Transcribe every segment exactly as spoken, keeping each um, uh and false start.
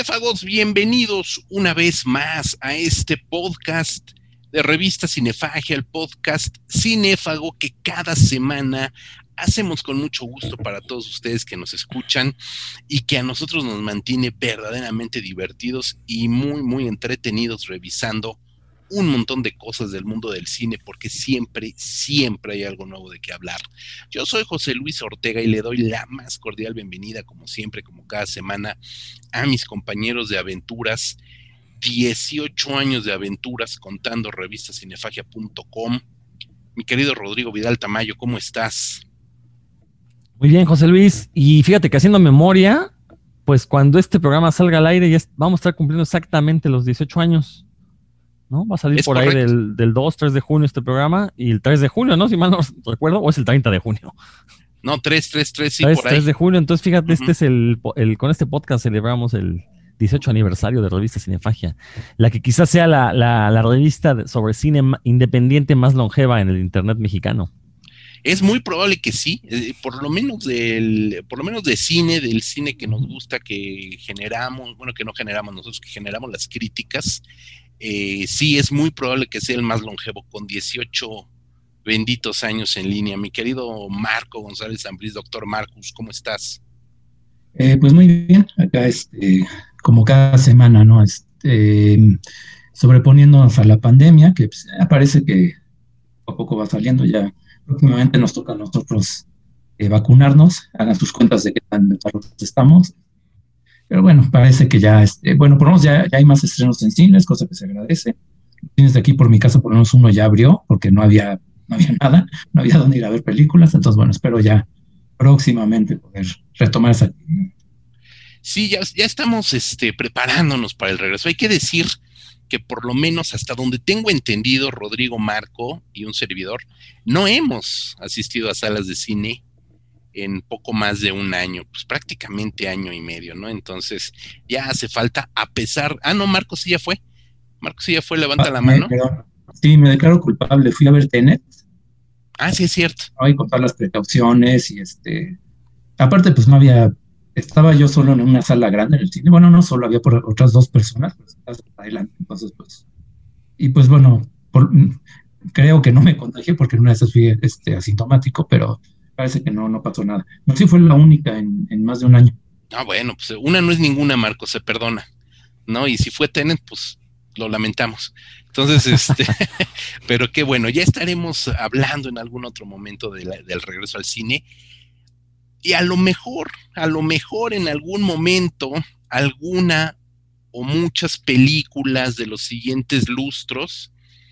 Cinéfagos, bienvenidos una vez más a este podcast de Revista Cinefagia, el podcast cinéfago que cada semana hacemos con mucho gusto para todos ustedes que nos escuchan y que a nosotros nos mantiene verdaderamente divertidos y muy, muy entretenidos revisando un montón de cosas del mundo del cine, porque siempre, siempre hay algo nuevo de qué hablar. Yo soy José Luis Ortega y le doy la más cordial bienvenida, como siempre, como cada semana, a mis compañeros de aventuras, dieciocho años de aventuras contando revista cinefagia punto com. Mi querido Rodrigo Vidal Tamayo, ¿cómo estás? Muy bien, José Luis, y fíjate que haciendo memoria, pues cuando este programa salga al aire ya vamos a estar cumpliendo exactamente los dieciocho años. ¿No? Va a salir es por correcto. Ahí del, del dos, tres de junio este programa, y el tres de junio, ¿no? Si mal no recuerdo, o es el treinta de junio. No, tres, tres, tres, sí, tres, por ahí. tres de junio, entonces fíjate, uh-huh. este es el, el, con este podcast celebramos el dieciocho aniversario de Revista Cinefagia, la que quizás sea la, la, la revista sobre cine independiente más longeva en el internet mexicano. Es muy probable que sí, eh, por lo menos del, por lo menos de cine, del cine que nos gusta, que generamos, bueno, que no generamos nosotros, que generamos las críticas. Eh, sí, es muy probable que sea el más longevo, con dieciocho benditos años en línea. Mi querido Marco González Ambriz, doctor Marcus, ¿cómo estás? Eh, pues muy bien, acá este, como cada semana, ¿no? Este, sobreponiéndonos a la pandemia, que pues, parece que poco a poco va saliendo, ya próximamente nos toca a nosotros eh, vacunarnos, hagan sus cuentas de qué tan enfermos estamos. Pero bueno, parece que ya, este, bueno, por lo menos ya, ya hay más estrenos en cines, cosa que se agradece. Cines de aquí, por mi casa, por lo menos uno ya abrió, porque no había, no había nada, no había dónde ir a ver películas, entonces bueno, espero ya próximamente poder retomar esa actividad. Sí, ya, ya estamos este, preparándonos para el regreso. Hay que decir que por lo menos hasta donde tengo entendido, Rodrigo, Marco y un servidor, no hemos asistido a salas de cine en poco más de un año, pues prácticamente año y medio, ¿no? Entonces ya hace falta, a pesar, ah, no, Marco sí ya fue, Marco sí ya fue, levanta ah, la mano. Pero, sí, me declaro culpable, fui a ver Tenet. Ah, sí es cierto. Hay con todas las precauciones y este, aparte pues no había, estaba yo solo en una sala grande en el cine, bueno, no solo, había por otras dos personas, pues adelante, entonces pues, y pues bueno, por, creo que no me contagié porque en una de esas fui este, asintomático, pero parece que no, no pasó nada. No, sí fue la única en, en más de un año. Ah, bueno, pues una no es ninguna, Marco, se perdona, ¿no? Y si fue Tenet, pues lo lamentamos. Entonces, este, pero qué bueno, ya estaremos hablando en algún otro momento de la, del regreso al cine. Y a lo mejor, a lo mejor en algún momento, alguna o muchas películas de los siguientes lustros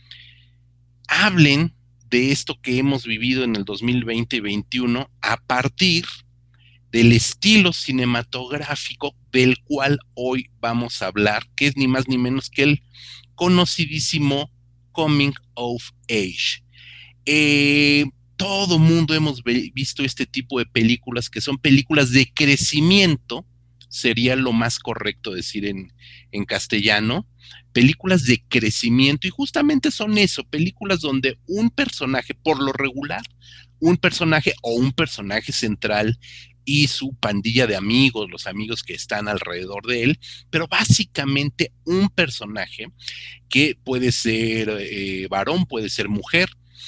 hablen de esto que hemos vivido en el dos mil veinte y veintiuno a partir del estilo cinematográfico del cual hoy vamos a hablar, que es ni más ni menos que el conocidísimo Coming of Age. Eh, todo mundo hemos visto este tipo de películas que son películas de crecimiento, sería lo más correcto decir en, en castellano, películas de crecimiento, y justamente son eso, películas donde un personaje, por lo regular, un personaje o un personaje central y su pandilla de amigos, los amigos que están alrededor de él, pero básicamente un personaje que puede ser eh, varón, puede ser mujer,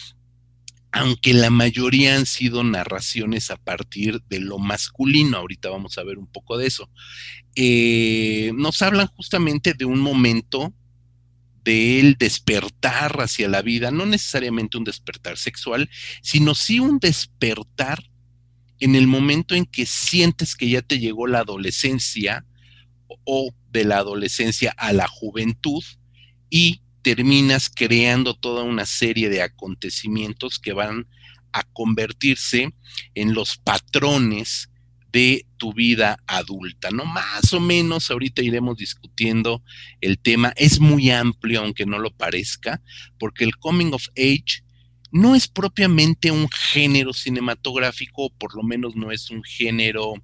aunque la mayoría han sido narraciones a partir de lo masculino. Ahorita vamos a ver un poco de eso. Eh, nos hablan justamente de un momento del despertar hacia la vida, no necesariamente un despertar sexual, sino sí un despertar en el momento en que sientes que ya te llegó la adolescencia o de la adolescencia a la juventud y terminas creando toda una serie de acontecimientos que van a convertirse en los patrones de tu vida adulta, ¿no? Más o menos, ahorita iremos discutiendo el tema, es muy amplio, aunque no lo parezca, porque el coming of age no es propiamente un género cinematográfico, por lo menos no es un género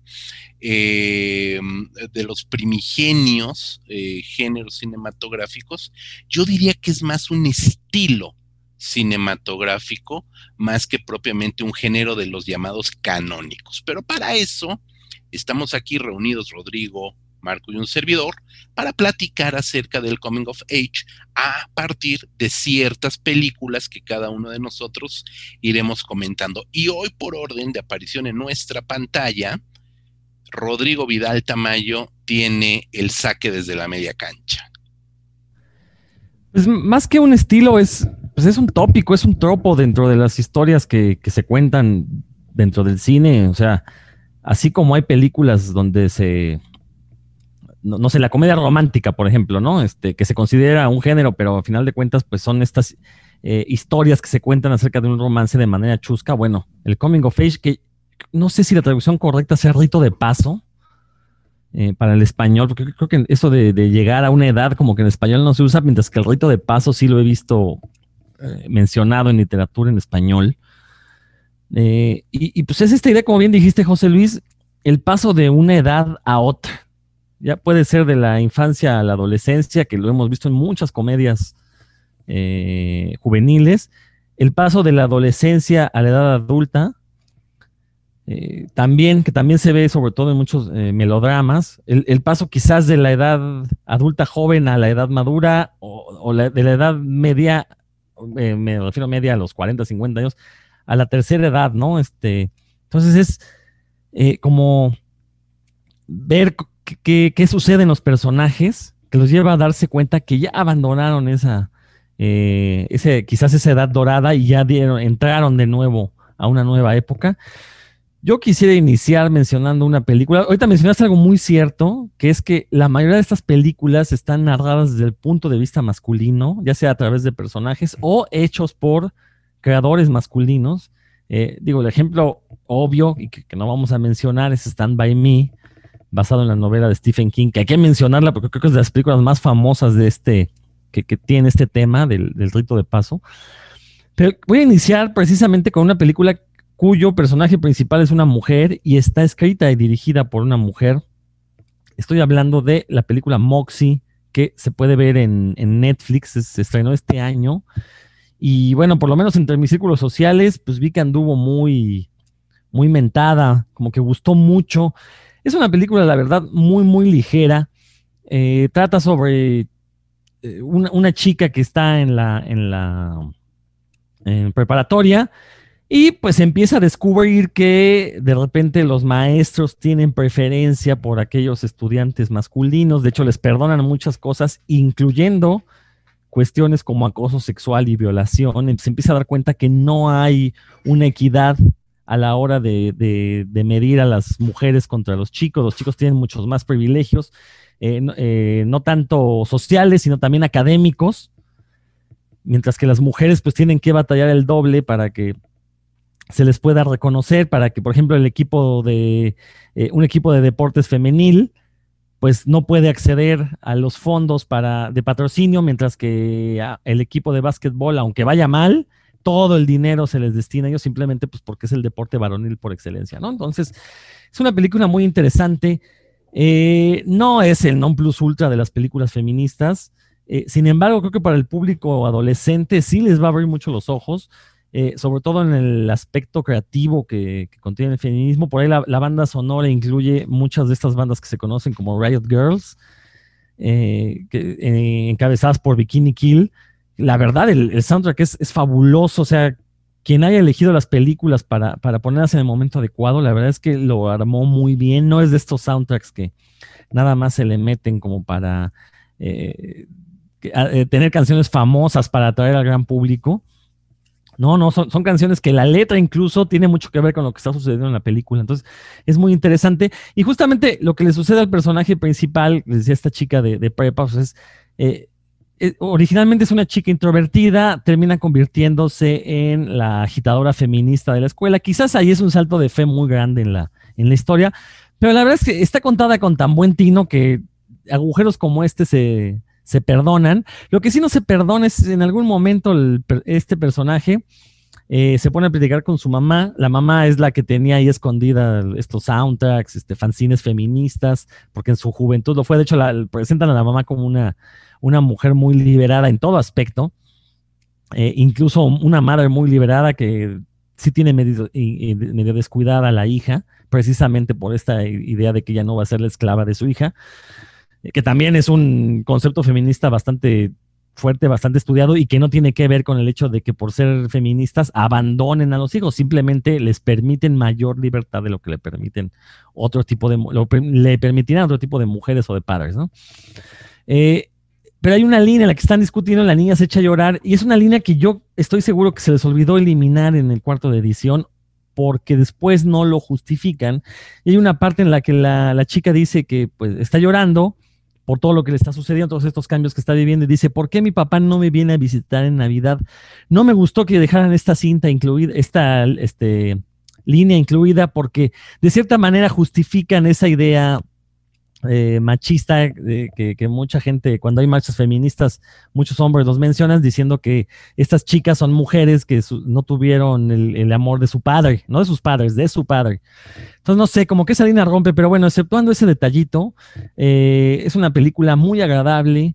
eh, de los primigenios eh, géneros cinematográficos. Yo diría que es más un estilo cinematográfico, más que propiamente un género de los llamados canónicos. Pero para eso estamos aquí reunidos, Rodrigo, Marco y un servidor, para platicar acerca del coming of age a partir de ciertas películas que cada uno de nosotros iremos comentando. Y hoy, por orden de aparición en nuestra pantalla, Rodrigo Vidal Tamayo tiene el saque desde la media cancha. Pues más que un estilo, es, pues es un tópico, es un tropo dentro de las historias que, que se cuentan dentro del cine. O sea, así como hay películas donde se... No, no sé, la comedia romántica, por ejemplo, ¿no? Este, que se considera un género, pero a final de cuentas, pues son estas eh, historias que se cuentan acerca de un romance de manera chusca. Bueno, el coming of age, que no sé si la traducción correcta sea rito de paso eh, para el español, porque creo que eso de, de llegar a una edad como que en español no se usa, mientras que el rito de paso sí lo he visto eh, mencionado en literatura en español. Eh, y, y pues es esta idea, como bien dijiste, José Luis, el paso de una edad a otra. Ya puede ser de la infancia a la adolescencia, que lo hemos visto en muchas comedias eh, juveniles, el paso de la adolescencia a la edad adulta, eh, también, que también se ve sobre todo en muchos eh, melodramas, el, el paso quizás de la edad adulta joven a la edad madura, o, o la, de la edad media, eh, me refiero a media a los cuarenta, cincuenta años, a la tercera edad, ¿no? Este, entonces es eh, como ver ¿Qué, qué sucede en los personajes que los lleva a darse cuenta que ya abandonaron esa, eh, ese, quizás esa edad dorada y ya dieron, entraron de nuevo a una nueva época? Yo quisiera iniciar mencionando una película. Ahorita mencionaste algo muy cierto, que es que la mayoría de estas películas están narradas desde el punto de vista masculino, ya sea a través de personajes o hechos por creadores masculinos. Eh, digo, el ejemplo obvio y que, que no vamos a mencionar es Stand By Me, basado en la novela de Stephen King, que hay que mencionarla porque creo que es de las películas más famosas de este, que, que tiene este tema del, del rito de paso. Pero voy a iniciar precisamente con una película cuyo personaje principal es una mujer y está escrita y dirigida por una mujer. Estoy hablando de la película Moxie, que se puede ver en, en Netflix, se estrenó este año. Y bueno, por lo menos entre mis círculos sociales, pues vi que anduvo muy, muy mentada, como que gustó mucho. Es una película, la verdad, muy, muy ligera. Eh, trata sobre eh, una, una chica que está en la, en la en preparatoria y pues empieza a descubrir que de repente los maestros tienen preferencia por aquellos estudiantes masculinos. De hecho, les perdonan muchas cosas, incluyendo cuestiones como acoso sexual y violación. Se empieza a dar cuenta que no hay una equidad a la hora de, de, de medir a las mujeres contra los chicos. Los chicos tienen muchos más privilegios, eh, eh, no tanto sociales, sino también académicos, mientras que las mujeres pues tienen que batallar el doble para que se les pueda reconocer, para que, por ejemplo, el equipo de, eh, un equipo de deportes femenil, pues no puede acceder a los fondos para, de patrocinio, mientras que a, el equipo de básquetbol, aunque vaya mal, todo el dinero se les destina a ellos simplemente pues porque es el deporte varonil por excelencia, ¿no? Entonces, es una película muy interesante. Eh, no es el non plus ultra de las películas feministas. Eh, sin embargo, creo que para el público adolescente sí les va a abrir mucho los ojos, eh, sobre todo en el aspecto creativo que, que contiene el feminismo. Por ahí la, la banda sonora incluye muchas de estas bandas que se conocen como Riot Girls, eh, que, eh, encabezadas por Bikini Kill. La verdad, el, el soundtrack es, es fabuloso. O sea, quien haya elegido las películas para, para ponerlas en el momento adecuado, la verdad es que lo armó muy bien. No es de estos soundtracks que nada más se le meten como para eh, que, eh, tener canciones famosas para atraer al gran público. No, no, son, son canciones que la letra incluso tiene mucho que ver con lo que está sucediendo en la película. Entonces, es muy interesante. Y justamente lo que le sucede al personaje principal, les decía esta chica de, de prepa, pues es... Eh, originalmente es una chica introvertida, termina convirtiéndose en la agitadora feminista de la escuela. Quizás ahí es un salto de fe muy grande en la, en la historia, pero la verdad es que está contada con tan buen tino que agujeros como este se, se perdonan. Lo que sí no se perdona es en algún momento el, este personaje eh, se pone a platicar con su mamá. La mamá es la que tenía ahí escondida estos soundtracks, este, fanzines feministas, porque en su juventud lo fue. De hecho, la, presentan a la mamá como una una mujer muy liberada en todo aspecto, eh, incluso una madre muy liberada que sí tiene medio, y, y medio descuidada a la hija, precisamente por esta idea de que ella no va a ser la esclava de su hija, que también es un concepto feminista bastante fuerte, bastante estudiado y que no tiene que ver con el hecho de que por ser feministas abandonen a los hijos, simplemente les permiten mayor libertad de lo que le permiten otro tipo de, lo, le permitirán a otro tipo de mujeres o de padres, ¿no? Eh, pero hay una línea en la que están discutiendo, la niña se echa a llorar y es una línea que yo estoy seguro que se les olvidó eliminar en el cuarto de edición porque después no lo justifican. Y hay una parte en la que la, la chica dice que pues está llorando por todo lo que le está sucediendo, todos estos cambios que está viviendo, y dice, ¿por qué mi papá no me viene a visitar en Navidad? No me gustó que dejaran esta cinta incluida, esta este, línea incluida, porque de cierta manera justifican esa idea eh, machista eh, que, que mucha gente, cuando hay marchas feministas, muchos hombres los mencionan diciendo que estas chicas son mujeres que su, no tuvieron el, el amor de su padre, no de sus padres, de su padre. Entonces, no sé, como que esa línea rompe, pero bueno, exceptuando ese detallito, eh, es una película muy agradable,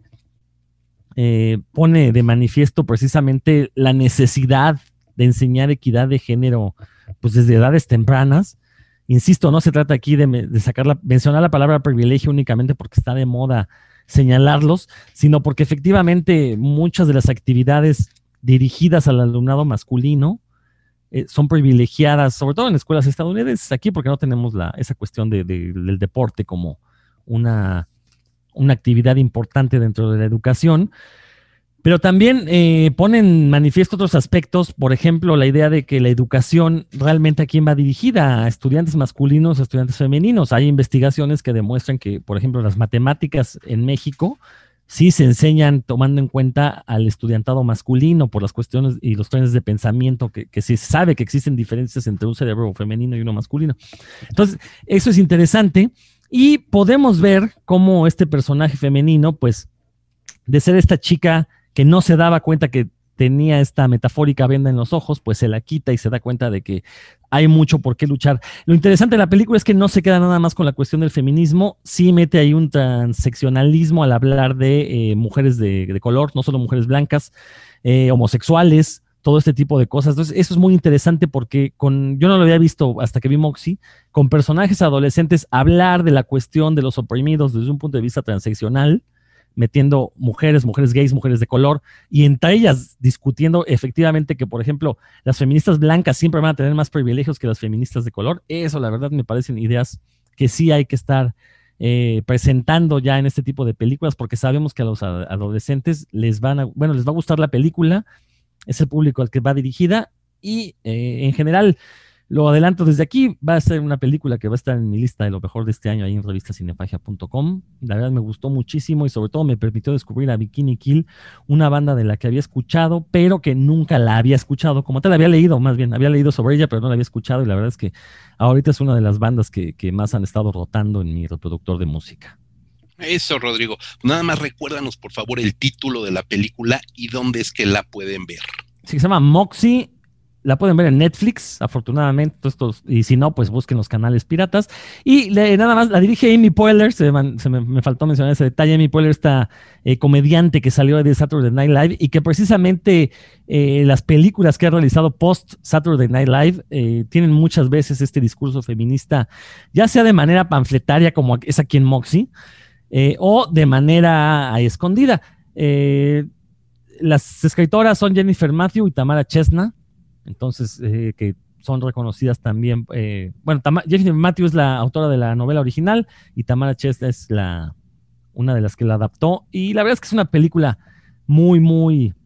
eh, pone de manifiesto precisamente la necesidad de enseñar equidad de género, pues desde edades tempranas. Insisto, no se trata aquí de, de sacar la, mencionar la palabra privilegio únicamente porque está de moda señalarlos, sino porque efectivamente muchas de las actividades dirigidas al alumnado masculino Eh, son privilegiadas, sobre todo en escuelas estadounidenses, aquí porque no tenemos la, esa cuestión de, de, del deporte como una, una actividad importante dentro de la educación, pero también eh, ponen manifiesto otros aspectos, por ejemplo, la idea de que la educación realmente a quién va dirigida, a estudiantes masculinos, a estudiantes femeninos. Hay investigaciones que demuestran que, por ejemplo, las matemáticas en México sí se enseñan tomando en cuenta al estudiantado masculino por las cuestiones y los trenes de pensamiento, que, que se sabe que existen diferencias entre un cerebro femenino y uno masculino. Entonces, eso es interesante y podemos ver cómo este personaje femenino, pues, de ser esta chica que no se daba cuenta que tenía esta metafórica venda en los ojos, pues se la quita y se da cuenta de que hay mucho por qué luchar. Lo interesante de la película es que no se queda nada más con la cuestión del feminismo, sí mete ahí un transeccionalismo al hablar de eh, mujeres de, de color, no solo mujeres blancas, eh, homosexuales, todo este tipo de cosas. Entonces, eso es muy interesante porque con, yo no lo había visto hasta que vi Moxie, con personajes adolescentes hablar de la cuestión de los oprimidos desde un punto de vista transeccional, metiendo mujeres, mujeres gays, mujeres de color, y entre ellas discutiendo efectivamente que, por ejemplo, las feministas blancas siempre van a tener más privilegios que las feministas de color. Eso, la verdad, me parecen ideas que sí hay que estar eh, presentando ya en este tipo de películas, porque sabemos que a los adolescentes les van a, bueno, les va a gustar la película, es el público al que va dirigida, y eh, en general, lo adelanto desde aquí, va a ser una película que va a estar en mi lista de lo mejor de este año ahí en revista cinefagia punto com. La verdad me gustó muchísimo y sobre todo me permitió descubrir a Bikini Kill, una banda de la que había escuchado, pero que nunca la había escuchado, como tal, había leído, más bien, había leído sobre ella, pero no la había escuchado, y la verdad es que ahorita es una de las bandas que, que más han estado rotando en mi reproductor de música. Eso, Rodrigo. Nada más recuérdanos, por favor, el título de la película y dónde es que la pueden ver. Sí, se llama Moxie. La pueden ver en Netflix, afortunadamente, estos, y si no, pues busquen los canales piratas. Y le, nada más, la dirige Amy Poehler, se, man, se me, me faltó mencionar ese detalle. Amy Poehler, esta eh, comediante que salió de Saturday Night Live y que precisamente eh, las películas que ha realizado post Saturday Night Live eh, tienen muchas veces este discurso feminista, ya sea de manera panfletaria, como es aquí en Moxie, eh, o de manera eh, escondida. Eh, las escritoras son Jennifer Matthew y Tamara Chesna. Entonces, eh, que son reconocidas también. Eh, bueno, Tam- Jennifer Matthews es la autora de la novela original y Tamara Chesna es la, una de las que la adaptó. Y la verdad es que es una película muy, muy,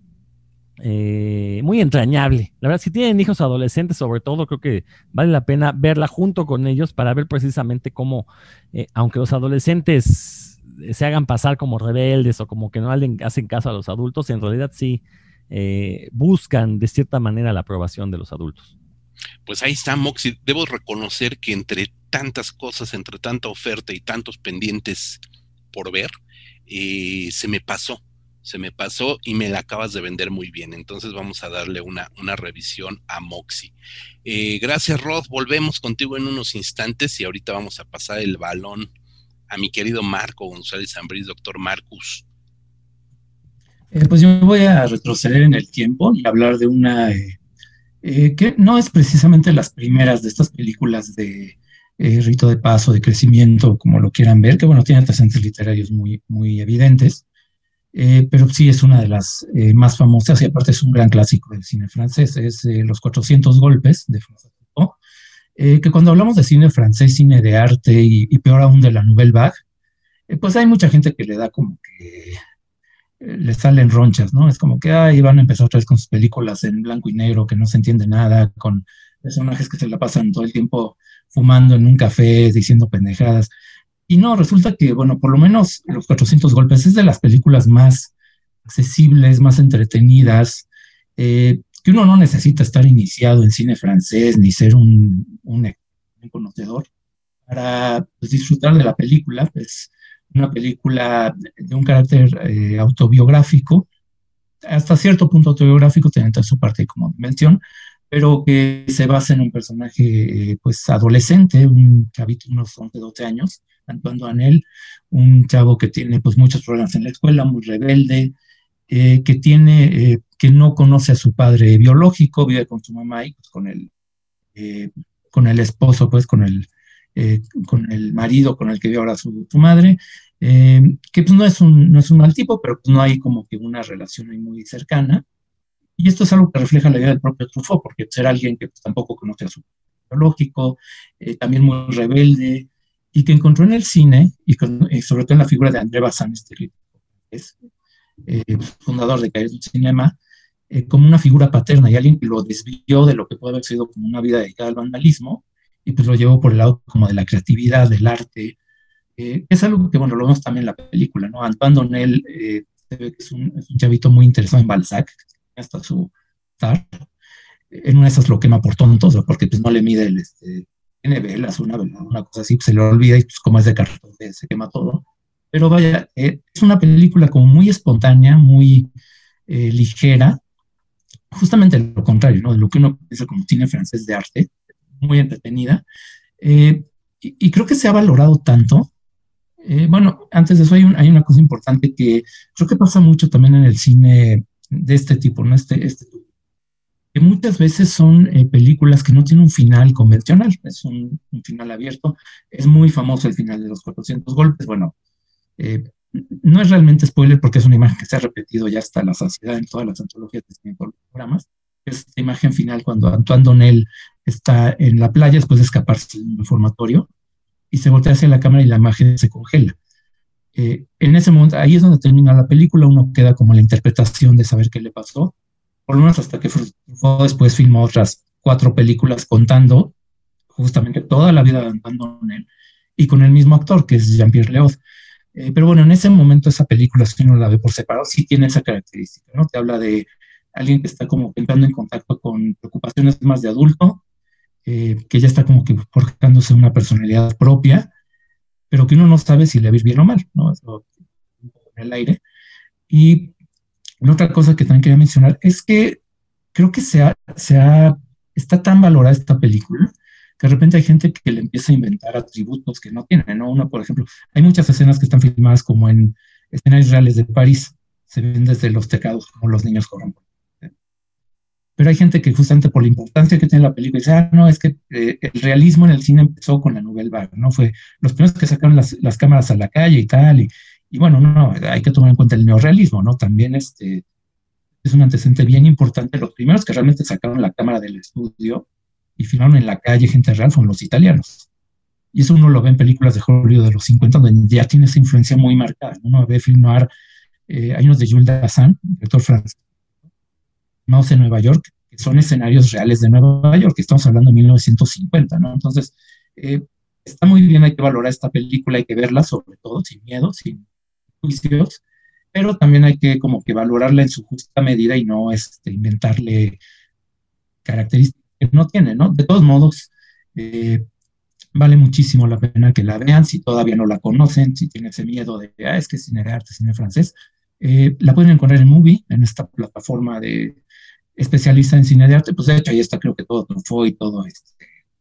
eh, muy entrañable. La verdad, si tienen hijos adolescentes, sobre todo, creo que vale la pena verla junto con ellos para ver precisamente cómo, eh, aunque los adolescentes se hagan pasar como rebeldes o como que no hacen caso a los adultos, en realidad sí. Eh, buscan de cierta manera la aprobación de los adultos. Pues ahí está, Moxie. Debo reconocer que entre tantas cosas, entre tanta oferta y tantos pendientes por ver, eh, se me pasó, se me pasó y me la acabas de vender muy bien. Entonces vamos a darle una, una revisión a Moxie. Eh, gracias, Rod. Volvemos contigo en unos instantes y ahorita vamos a pasar el balón a mi querido Marco González Ambriz, doctor Marcus. Eh, pues yo voy a retroceder en el tiempo y hablar de una, eh, eh, que no es precisamente las primeras de estas películas de eh, rito de paso, de crecimiento, como lo quieran ver, que bueno, tiene antecedentes literarios muy, muy evidentes, eh, pero sí es una de las eh, más famosas y aparte es un gran clásico del cine francés, es eh, Los cuatrocientos golpes de François Truffaut, eh, que cuando hablamos de cine francés, cine de arte y, y peor aún de la Nouvelle Vague, eh, pues hay mucha gente que le da como que eh, le salen ronchas, ¿no? Es como que ahí van a empezar otra vez con sus películas en blanco y negro, que no se entiende nada, con personajes que se la pasan todo el tiempo fumando en un café, diciendo pendejadas. Y no, resulta que, bueno, por lo menos Los cuatrocientos golpes es de las películas más accesibles, más entretenidas, eh, que uno no necesita estar iniciado en cine francés ni ser un, un, un conocedor para pues, disfrutar de la película. Es una película de un carácter eh, autobiográfico, hasta cierto punto autobiográfico, tiene su parte como dimensión, pero que se basa en un personaje eh, pues adolescente, un chavito, unos once, doce años, Antoine Doinel, un chavo que tiene pues muchos problemas en la escuela, muy rebelde, eh, que tiene, eh, que no conoce a su padre biológico, vive con su mamá y pues, con el, eh, con el esposo, pues con el, eh, con el marido con el que vive ahora su, su madre, eh, que pues no es, un, no es un mal tipo, pero pues no hay como que una relación ahí muy cercana. Y esto es algo que refleja la vida del propio Truffaut, porque ser alguien que pues, tampoco conoce a su biológico, eh, también muy rebelde, y que encontró en el cine, y, con, y sobre todo en la figura de André Bazin, este que es eh, fundador de Cahiers du Cinema, eh, como una figura paterna y alguien que lo desvió de lo que puede haber sido como una vida dedicada al vandalismo, y pues lo llevó por el lado como de la creatividad, del arte, eh, es algo que, bueno, lo vemos también en la película, ¿no? Antoine Doinel eh, se ve que es un, es un chavito muy interesado en Balzac, hasta su tar. En una de esas lo quema por tontos, ¿no? Porque pues no le mide el, este, tiene velas, una, una cosa así, pues, se le olvida y pues como es de cartón, se quema todo. Pero vaya, eh, es una película como muy espontánea, muy eh, ligera, justamente lo contrario, ¿no? De lo que uno piensa como cine francés de arte, muy entretenida. Eh, y, y creo que se ha valorado tanto. Eh, bueno, antes de eso hay, un, hay, una cosa importante que creo que pasa mucho también en el cine de este tipo, ¿no? Este, este, que muchas veces son eh, películas que no tienen un final convencional, es un, un final abierto. Es muy famoso el final de Los cuatrocientos golpes. Bueno, eh, no es realmente spoiler porque es una imagen que se ha repetido ya hasta la saciedad en todas las antologías de todos los programas. Es la imagen final cuando Antoine Doinel está en la playa después de escaparse del reformatorio y se voltea hacia la cámara y la imagen se congela. Eh, en ese momento, ahí es donde termina la película, uno queda como la interpretación de saber qué le pasó, por lo menos hasta que Truffaut después filmó otras cuatro películas contando justamente toda la vida de Antoine Doinel y con el mismo actor, que es Jean-Pierre Léaud. Eh, pero bueno, en ese momento esa película, si uno la ve por separado, sí tiene esa característica, ¿no? Te habla de alguien que está como entrando en contacto con preocupaciones más de adulto, eh, que ya está como que forjándose una personalidad propia, pero que uno no sabe si le va a ir bien o mal, ¿no? Eso un poco en el aire. Y otra cosa que también quería mencionar es que creo que se ha, se ha, está tan valorada esta película que de repente hay gente que le empieza a inventar atributos que no tiene, ¿no? Uno, por ejemplo, hay muchas escenas que están filmadas como en escenarios reales de París, se ven desde los tecados como los niños corren. Pero hay gente que justamente por la importancia que tiene la película dice, ah, no, es que eh, el realismo en el cine empezó con la Nouvelle Vague, ¿no? Fue los primeros que sacaron las, las cámaras a la calle y tal, y, y bueno, no, hay que tomar en cuenta el neorrealismo, ¿no? También este, es un antecedente bien importante. Los primeros que realmente sacaron la cámara del estudio y filmaron en la calle gente real fueron los italianos. Y eso uno lo ve en películas de Hollywood de los cincuenta, donde ya tiene esa influencia muy marcada. Uno ve film noir, eh, hay unos de Jules Dassin, director francés, filmados en Nueva York, que son escenarios reales de Nueva York, que estamos hablando de mil novecientos cincuenta, ¿no? Entonces, eh, está muy bien, hay que valorar esta película, hay que verla sobre todo sin miedo, sin juicios, pero también hay que como que valorarla en su justa medida y no este, inventarle características que no tiene, ¿no? De todos modos, eh, vale muchísimo la pena que la vean, si todavía no la conocen, si tienen ese miedo de, ah, es que es cine de arte, cine francés, eh, la pueden encontrar en Movie, en esta plataforma de especialista en cine de arte. Pues de hecho ahí está creo que todo Truffaut y todo este,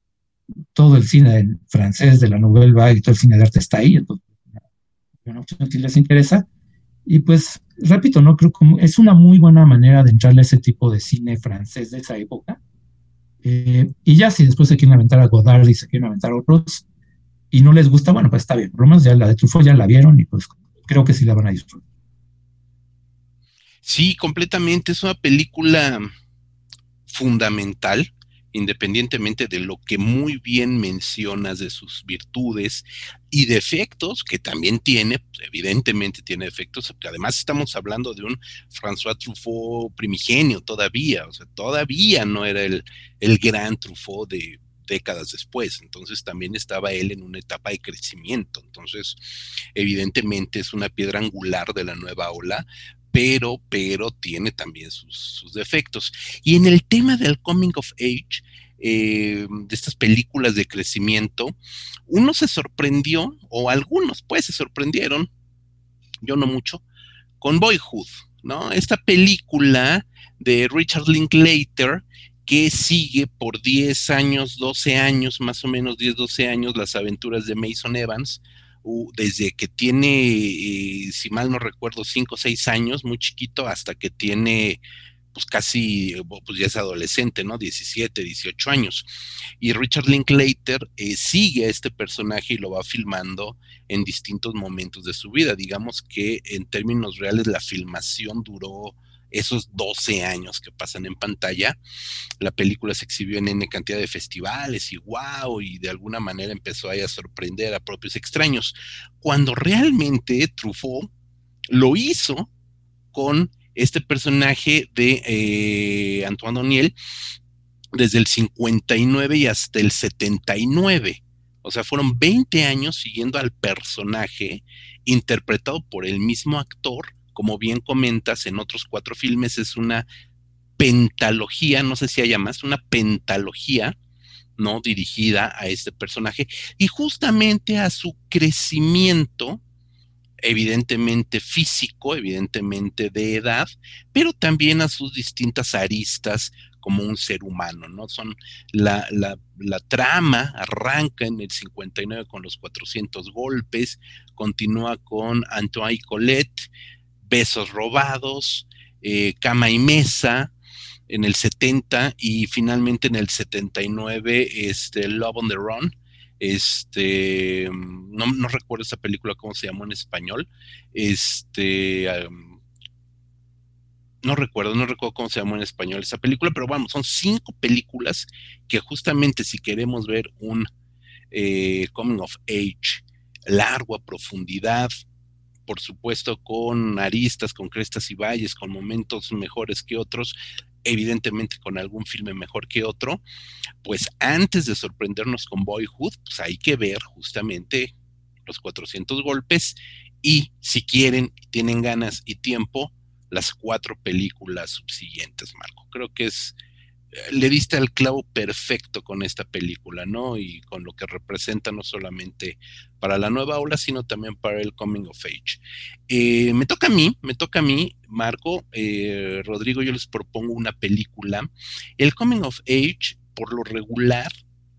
todo el cine francés de la Nouvelle Vague y todo el cine de arte está ahí, entonces, una opción si les interesa. Y pues, repito, no creo que es una muy buena manera de entrarle a ese tipo de cine francés de esa época, Eh, y ya si después se quieren aventar a Godard y se quieren aventar a otros y no les gusta, bueno, pues está bien. Por lo menos ya la de Truffaut ya la vieron y pues creo que sí la van a disfrutar. Sí, completamente, es una película fundamental, independientemente de lo que muy bien mencionas de sus virtudes y defectos, que también tiene, pues, evidentemente tiene defectos, porque además estamos hablando de un François Truffaut primigenio todavía, o sea, todavía no era el, el gran Truffaut de décadas después, entonces también estaba él en una etapa de crecimiento, entonces evidentemente es una piedra angular de la nueva ola, pero, pero tiene también sus, sus defectos. Y en el tema del coming of age, eh, de estas películas de crecimiento, uno se sorprendió, o algunos pues se sorprendieron, yo no mucho, con Boyhood, ¿no? Esta película de Richard Linklater que sigue por diez años, doce años, más o menos diez, doce años, las aventuras de Mason Evans, uh, desde que tiene, eh, si mal no recuerdo, cinco o seis años, muy chiquito, hasta que tiene pues casi, pues ya es adolescente, ¿no? diecisiete, dieciocho años. Y Richard Linklater eh, sigue a este personaje y lo va filmando en distintos momentos de su vida. Digamos que en términos reales la filmación duró esos doce años que pasan en pantalla. La película se exhibió en N cantidad de festivales y wow, y de alguna manera empezó ahí a sorprender a propios extraños. Cuando realmente Truffaut lo hizo con este personaje de eh, Antoine Daniel desde el cincuenta y nueve y hasta el setenta y nueve. O sea, fueron veinte años siguiendo al personaje interpretado por el mismo actor. Como bien comentas, en otros cuatro filmes es una pentalogía, no sé si haya más, una pentalogía, ¿no? Dirigida a este personaje y justamente a su crecimiento, evidentemente físico, evidentemente de edad, pero también a sus distintas aristas como un ser humano, ¿no? Son la, la, la trama arranca en el cincuenta y nueve con los cuatrocientos golpes, continúa con Antoine y Colette, Besos robados, eh, Cama y mesa, en el setenta y finalmente en el setenta y nueve, este, Love on the Run. Este, no, no recuerdo esa película cómo se llamó en español. Este, um, no recuerdo, no recuerdo cómo se llamó en español esa película, pero vamos, son cinco películas que justamente si queremos ver un eh, coming of age largo a profundidad, por supuesto con aristas, con crestas y valles, con momentos mejores que otros, evidentemente con algún filme mejor que otro, pues antes de sorprendernos con Boyhood, pues hay que ver justamente los cuatrocientos golpes y si quieren, tienen ganas y tiempo, las cuatro películas subsiguientes, Marco. Creo que es, le diste al clavo perfecto con esta película, ¿no? Y con lo que representa no solamente para la nueva ola, sino también para el coming of age. Eh, me toca a mí, me toca a mí, Marco, eh, Rodrigo, yo les propongo una película. El coming of age, por lo regular,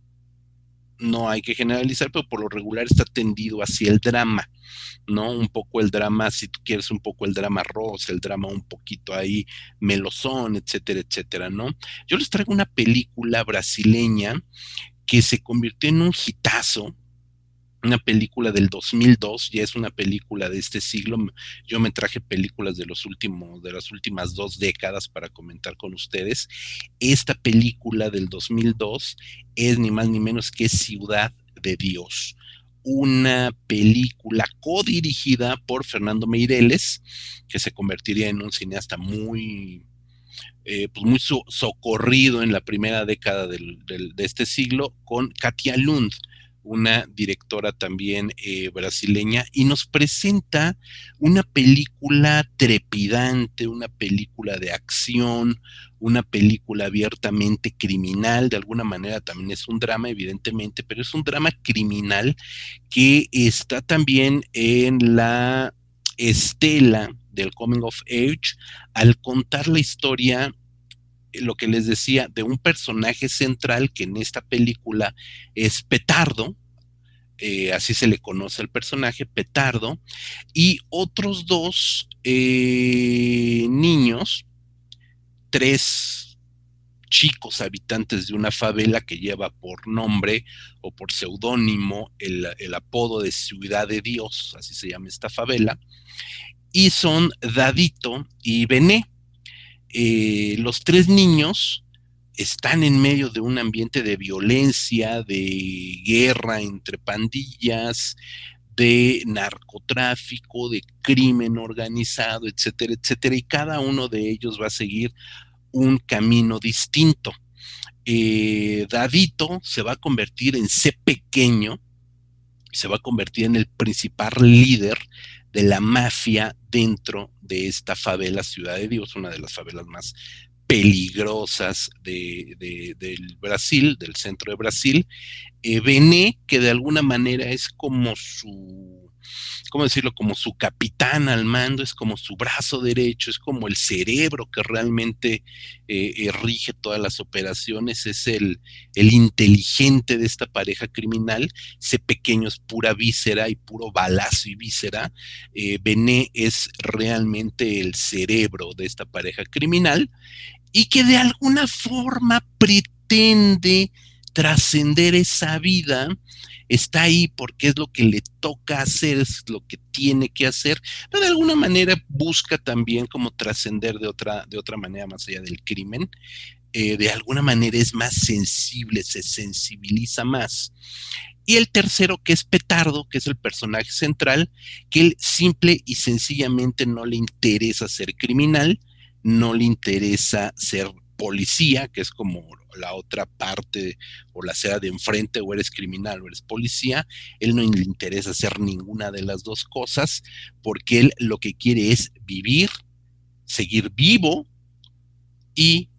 no hay que generalizar, pero por lo regular está tendido hacia el drama, ¿no? Un poco el drama, si tú quieres, un poco el drama rosa, el drama un poquito ahí melosón, etcétera, etcétera, ¿no? Yo les traigo una película brasileña que se convirtió en un hitazo, una película del dos mil dos, ya es una película de este siglo. Yo me traje películas de los últimos, de las últimas dos décadas para comentar con ustedes. Esta película del dos mil dos es ni más ni menos que Ciudad de Dios, una película codirigida por Fernando Meireles, que se convertiría en un cineasta muy eh, pues muy so socorrido en la primera década del, del, de este siglo, con Katia Lund, una directora también eh, brasileña, y nos presenta una película trepidante, una película de acción, una película abiertamente criminal, de alguna manera también es un drama, evidentemente, pero es un drama criminal que está también en la estela del coming of age, al contar la historia, lo que les decía, de un personaje central que en esta película es Petardo, eh, así se le conoce al personaje, Petardo, y otros dos eh, niños, tres chicos habitantes de una favela que lleva por nombre o por seudónimo el, el apodo de Ciudad de Dios, así se llama esta favela, y son Dadito y Bené. Eh, los tres niños están en medio de un ambiente de violencia, de guerra entre pandillas, de narcotráfico, de crimen organizado, etcétera, etcétera, y cada uno de ellos va a seguir un camino distinto. Eh, Dadito se va a convertir en C pequeño, se va a convertir en el principal líder de la mafia dentro de esta favela Ciudad de Dios, una de las favelas más peligrosas de, de, del Brasil, del centro de Brasil. Eh, Bené, que de alguna manera es como su, ¿cómo decirlo? Como su capitán al mando, es como su brazo derecho, es como el cerebro que realmente eh, eh, rige todas las operaciones, es el, el inteligente de esta pareja criminal. Ese pequeño es pura víscera y puro balazo y víscera. Eh, Bené es realmente el cerebro de esta pareja criminal y que de alguna forma pretende trascender esa vida. Está ahí porque es lo que le toca hacer, es lo que tiene que hacer, pero de alguna manera busca también como trascender de otra, de otra manera más allá del crimen. Eh, de alguna manera es más sensible, se sensibiliza más. Y el tercero, que es Petardo, que es el personaje central, que él simple y sencillamente no le interesa ser criminal, no le interesa ser policía, que es como la otra parte, o la sea de enfrente, o eres criminal o eres policía. Él no le interesa hacer ninguna de las dos cosas, porque él lo que quiere es vivir, seguir vivo, y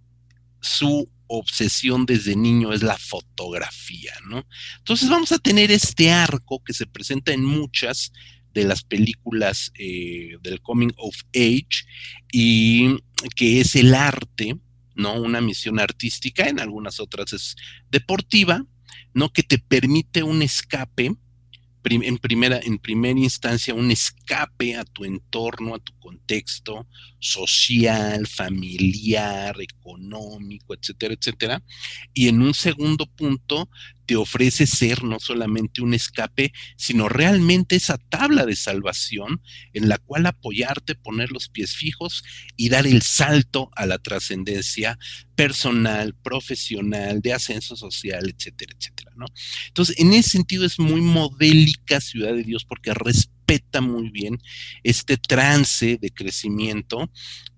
su obsesión desde niño es la fotografía, ¿no? Entonces vamos a tener este arco que se presenta en muchas de las películas eh, del Coming of Age, y que es el arte, ¿no? Una misión artística, en algunas otras es deportiva, ¿no? Que te permite un escape, prim en, primera, en primera instancia, un escape a tu entorno, a tu contexto social, familiar, económico, etcétera, etcétera. Y en un segundo punto, te ofrece ser no solamente un escape, sino realmente esa tabla de salvación en la cual apoyarte, poner los pies fijos y dar el salto a la trascendencia personal, profesional, de ascenso social, etcétera, etcétera, ¿no? Entonces, en ese sentido es muy modélica Ciudad de Dios, porque respeta muy bien este trance de crecimiento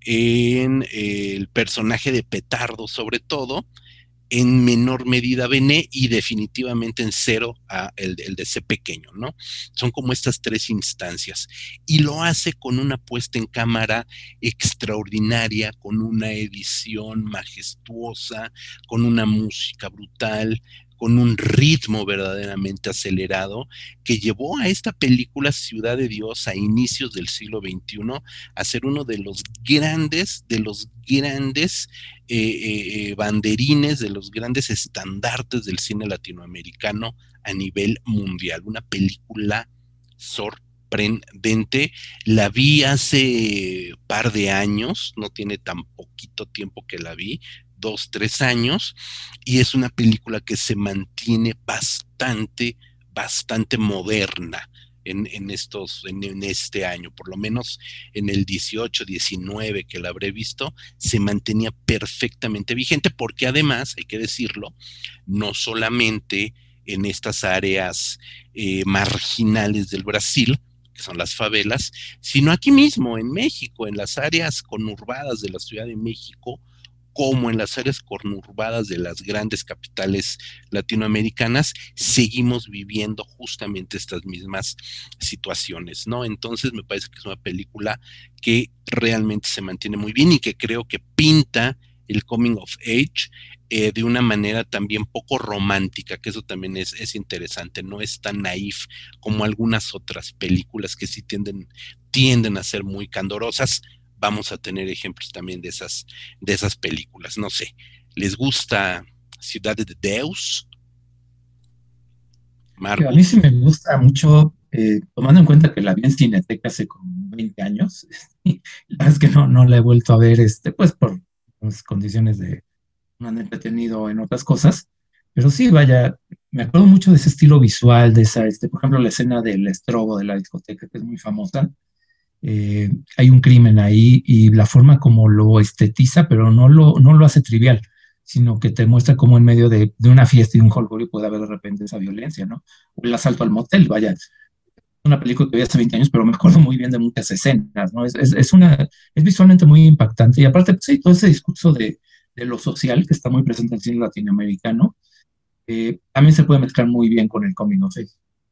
en eh, el personaje de Petardo, sobre todo, en menor medida Bené, y definitivamente en cero a el, el de C pequeño, ¿no? Son como estas tres instancias, y lo hace con una puesta en cámara extraordinaria, con una edición majestuosa, con una música brutal, con un ritmo verdaderamente acelerado, que llevó a esta película Ciudad de Dios a inicios del siglo veintiuno a ser uno de los grandes, de los grandes eh, eh, banderines, de los grandes estandartes del cine latinoamericano a nivel mundial. Una película sorprendente. La vi hace par de años, no tiene tan poquito tiempo que la vi, dos, tres años, y es una película que se mantiene bastante, bastante moderna en, en estos, en, en este año, por lo menos en el dieciocho, diecinueve que la habré visto, se mantenía perfectamente vigente, porque además, hay que decirlo, no solamente en estas áreas eh, marginales del Brasil, que son las favelas, sino aquí mismo en México, en las áreas conurbadas de la Ciudad de México, como en las áreas conurbadas de las grandes capitales latinoamericanas, seguimos viviendo justamente estas mismas situaciones, ¿no? Entonces me parece que es una película que realmente se mantiene muy bien, y que creo que pinta el coming of age eh, de una manera también poco romántica, que eso también es, es interesante, no es tan naif como algunas otras películas que sí tienden, tienden a ser muy candorosas. Vamos a tener ejemplos también de esas, de esas películas. No sé, ¿les gusta Ciudad de Deus? Marcos. A mí sí me gusta mucho, eh, tomando en cuenta que la vi en Cineteca hace como veinte años, y la verdad es que no, no la he vuelto a ver, este, pues por pues, condiciones de no han entretenido en otras cosas, pero sí, vaya, me acuerdo mucho de ese estilo visual, de esa, este, por ejemplo, la escena del estrobo de la discoteca, que es muy famosa. Eh, hay un crimen ahí y la forma como lo estetiza, pero no lo, no lo hace trivial, sino que te muestra cómo en medio de, de una fiesta y un jolgorio puede haber de repente esa violencia, ¿no? O el asalto al motel, vaya, una película que vi hace veinte años, pero me acuerdo muy bien de muchas escenas, ¿no? Es, es, es una, es visualmente muy impactante y aparte, pues, sí, todo ese discurso de, de lo social que está muy presente en el cine latinoamericano, eh, también se puede mezclar muy bien con el coming of age.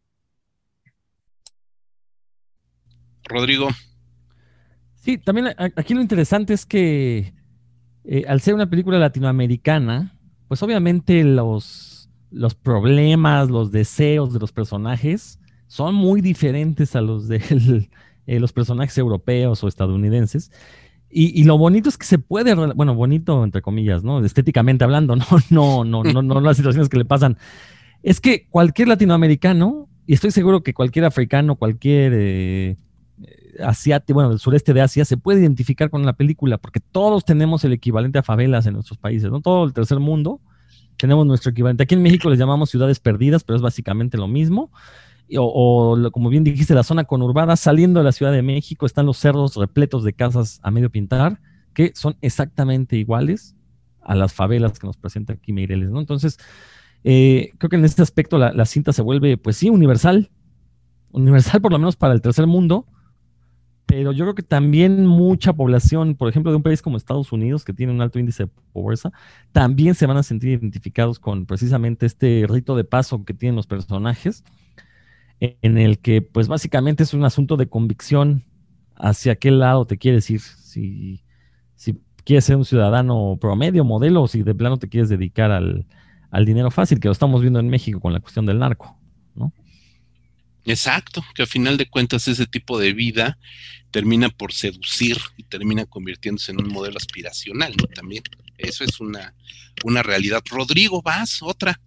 Rodrigo. Sí, también a- aquí lo interesante es que eh, al ser una película latinoamericana, pues obviamente los, los problemas, los deseos de los personajes son muy diferentes a los de el- eh, los personajes europeos o estadounidenses. Y, y lo bonito es que se puede, rela- bueno, bonito entre comillas, ¿no? Estéticamente hablando, no, no, no, no, no las situaciones que le pasan. Es que cualquier latinoamericano, y estoy seguro que cualquier africano, cualquier eh, asiático, bueno, del sureste de Asia, se puede identificar con la película, porque todos tenemos el equivalente a favelas en nuestros países, ¿no? Todo el tercer mundo tenemos nuestro equivalente. Aquí en México les llamamos ciudades perdidas, pero es básicamente lo mismo. O, o lo- como bien dijiste, la zona conurbada, saliendo de la Ciudad de México, están los cerros repletos de casas a medio pintar, que son exactamente iguales a las favelas que nos presenta aquí Meireles, ¿no? Entonces, eh, creo que en este aspecto la, la cinta se vuelve, pues sí, universal, universal por lo menos para el tercer mundo, pero yo creo que también mucha población, por ejemplo, de un país como Estados Unidos, que tiene un alto índice de pobreza, también se van a sentir identificados con precisamente este rito de paso que tienen los personajes, en el que pues básicamente es un asunto de convicción hacia qué lado te quieres ir, si, si quieres ser un ciudadano promedio, modelo, o si de plano te quieres dedicar al, al dinero fácil, que lo estamos viendo en México con la cuestión del narco, ¿no? Exacto, que a final de cuentas ese tipo de vida termina por seducir y termina convirtiéndose en un modelo aspiracional, ¿no? También, eso es una, una realidad. Rodrigo, vas, otra.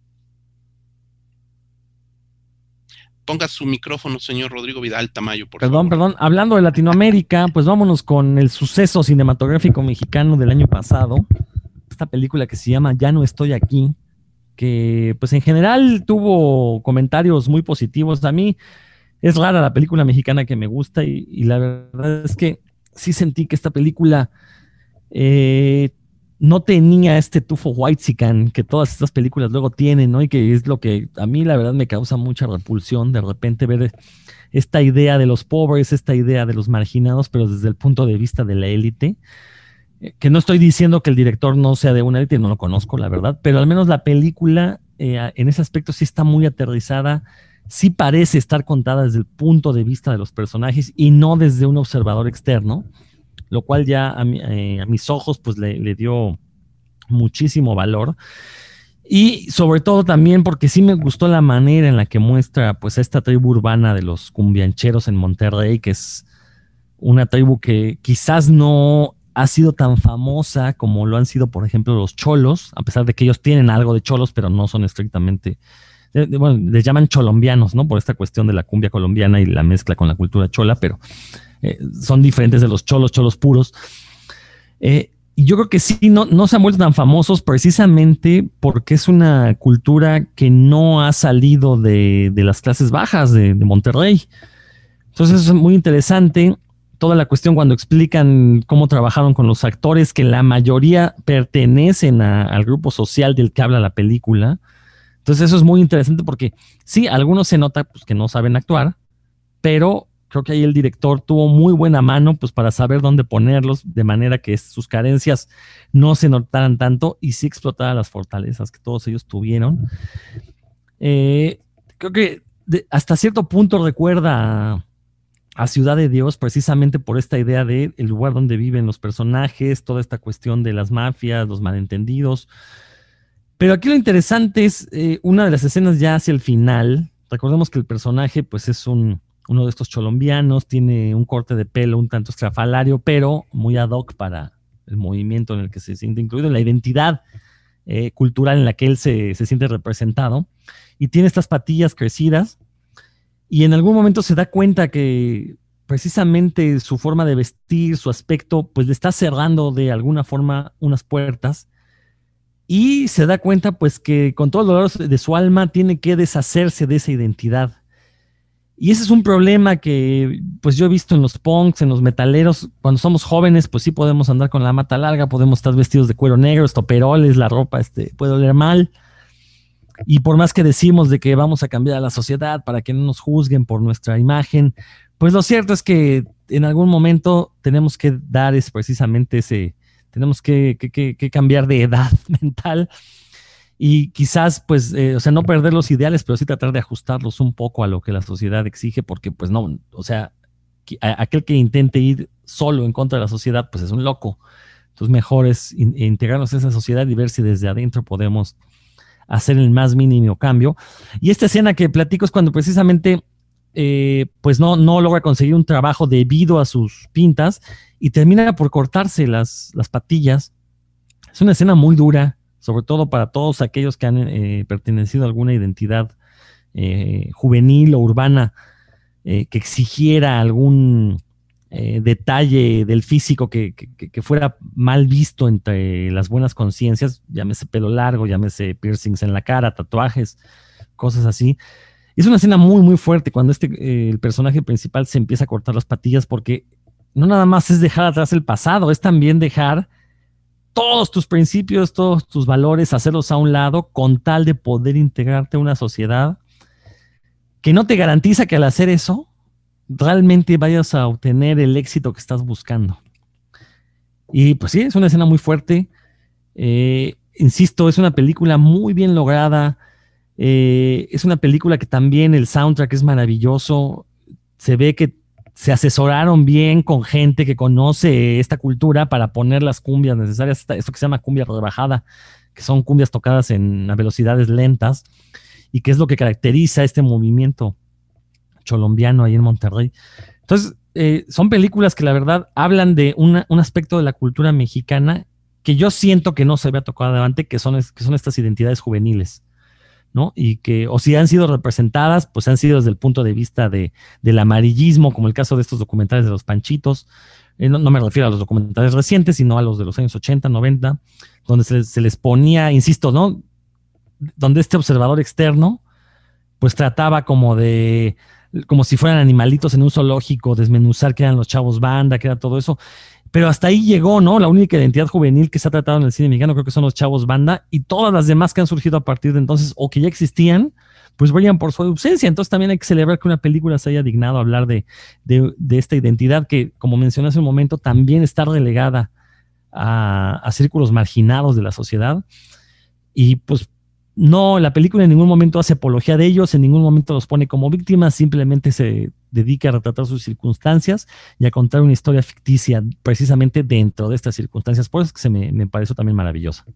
Ponga su micrófono, señor Rodrigo Vidal Tamayo, por Perdón, favor. perdón. Hablando de Latinoamérica, pues vámonos con el suceso cinematográfico mexicano del año pasado. Esta película que se llama Ya no estoy aquí, que pues en general tuvo comentarios muy positivos. A mí es rara la película mexicana que me gusta y, y la verdad es que sí sentí que esta película eh, no tenía este tufo whitezican que todas estas películas luego tienen, ¿no? Y que es lo que a mí la verdad me causa mucha repulsión de repente ver esta idea de los pobres, esta idea de los marginados, pero desde el punto de vista de la élite. Eh, que no estoy diciendo que el director no sea de una élite, no lo conozco, la verdad, pero al menos la película eh, en ese aspecto sí está muy aterrizada, sí parece estar contada desde el punto de vista de los personajes y no desde un observador externo, lo cual ya a, mi, eh, a mis ojos pues le, le dio muchísimo valor. Y sobre todo también porque sí me gustó la manera en la que muestra pues esta tribu urbana de los cumbiancheros en Monterrey, que es una tribu que quizás no ha sido tan famosa como lo han sido, por ejemplo, los cholos, a pesar de que ellos tienen algo de cholos, pero no son estrictamente, de, de, bueno, les llaman cholombianos, ¿no? Por esta cuestión de la cumbia colombiana y la mezcla con la cultura chola, pero eh, son diferentes de los cholos, cholos puros. Eh, y yo creo que sí, no, no se han vuelto tan famosos precisamente porque es una cultura que no ha salido de, de las clases bajas de, de Monterrey. Entonces eso es muy interesante. Toda la cuestión cuando explican cómo trabajaron con los actores, que la mayoría pertenecen a, al grupo social del que habla la película. Entonces eso es muy interesante porque sí, algunos se nota pues, que no saben actuar, pero creo que ahí el director tuvo muy buena mano pues, para saber dónde ponerlos, de manera que sus carencias no se notaran tanto y sí explotaran las fortalezas que todos ellos tuvieron. Eh, creo que de, hasta cierto punto recuerda a, a Ciudad de Dios, precisamente por esta idea de el lugar donde viven los personajes, toda esta cuestión de las mafias, los malentendidos. Pero aquí lo interesante es eh, una de las escenas ya hacia el final. Recordemos que el personaje pues es un, uno de estos cholombianos, tiene un corte de pelo un tanto estrafalario, pero muy ad hoc para el movimiento en el que se siente incluido, en la identidad eh, cultural en la que él se, se siente representado. Y tiene estas patillas crecidas y en algún momento se da cuenta que precisamente su forma de vestir, su aspecto, pues le está cerrando de alguna forma unas puertas y se da cuenta pues que con todo el dolor de su alma tiene que deshacerse de esa identidad. Y ese es un problema que pues yo he visto en los punks, en los metaleros. Cuando somos jóvenes pues sí podemos andar con la mata larga, podemos estar vestidos de cuero negro, estoperoles, la ropa este, puede oler mal. Y por más que decimos de que vamos a cambiar a la sociedad para que no nos juzguen por nuestra imagen, pues lo cierto es que en algún momento tenemos que dar es precisamente ese, tenemos que, que, que, que cambiar de edad mental y quizás pues, eh, o sea, no perder los ideales, pero sí tratar de ajustarlos un poco a lo que la sociedad exige, porque pues no, o sea, a, aquel que intente ir solo en contra de la sociedad, pues es un loco. Entonces mejor es in, integrarnos a esa sociedad y ver si desde adentro podemos hacer el más mínimo cambio. Y esta escena que platico es cuando precisamente eh, pues no, no logra conseguir un trabajo debido a sus pintas y termina por cortarse las, las patillas. Es una escena muy dura, sobre todo para todos aquellos que han eh, pertenecido a alguna identidad eh, juvenil o urbana eh, que exigiera algún eh, detalle del físico que, que, que fuera mal visto entre las buenas conciencias, llámese pelo largo, llámese piercings en la cara, tatuajes, cosas así. Es una escena muy, muy fuerte cuando este, eh, el personaje principal se empieza a cortar las patillas, porque no nada más es dejar atrás el pasado, es también dejar todos tus principios, todos tus valores, hacerlos a un lado con tal de poder integrarte a una sociedad que no te garantiza que al hacer eso realmente vayas a obtener el éxito que estás buscando. Y pues sí, es una escena muy fuerte. Eh, insisto, es una película muy bien lograda. Eh, es una película que también el soundtrack es maravilloso. Se ve que se asesoraron bien con gente que conoce esta cultura para poner las cumbias necesarias, esto que se llama cumbia rebajada, que son cumbias tocadas en a velocidades lentas, y que es lo que caracteriza este movimiento cholombiano ahí en Monterrey. Entonces, eh, son películas que la verdad hablan de una, un aspecto de la cultura mexicana que yo siento que no se había tocado adelante, que son, que son estas identidades juveniles, ¿no? Y que, o si han sido representadas, pues han sido desde el punto de vista de, del amarillismo, como el caso de estos documentales de los Panchitos. Eh, no, no me refiero a los documentales recientes, sino a los de los años ochenta, noventa, donde se, se les ponía, insisto, ¿no? Donde este observador externo, pues trataba como de, como si fueran animalitos en un zoológico, desmenuzar qué eran los chavos banda, qué era todo eso. Pero hasta ahí llegó, ¿no? La única identidad juvenil que se ha tratado en el cine mexicano creo que son los chavos banda, y todas las demás que han surgido a partir de entonces o que ya existían, pues brillan por su ausencia. Entonces también hay que celebrar que una película se haya dignado a hablar de, de, de esta identidad que, como mencioné hace un momento, también está relegada a, a círculos marginados de la sociedad. Y pues no, la película en ningún momento hace apología de ellos, en ningún momento los pone como víctimas, simplemente se dedica a retratar sus circunstancias y a contar una historia ficticia precisamente dentro de estas circunstancias. Por eso es que se me, me pareció también maravillosa.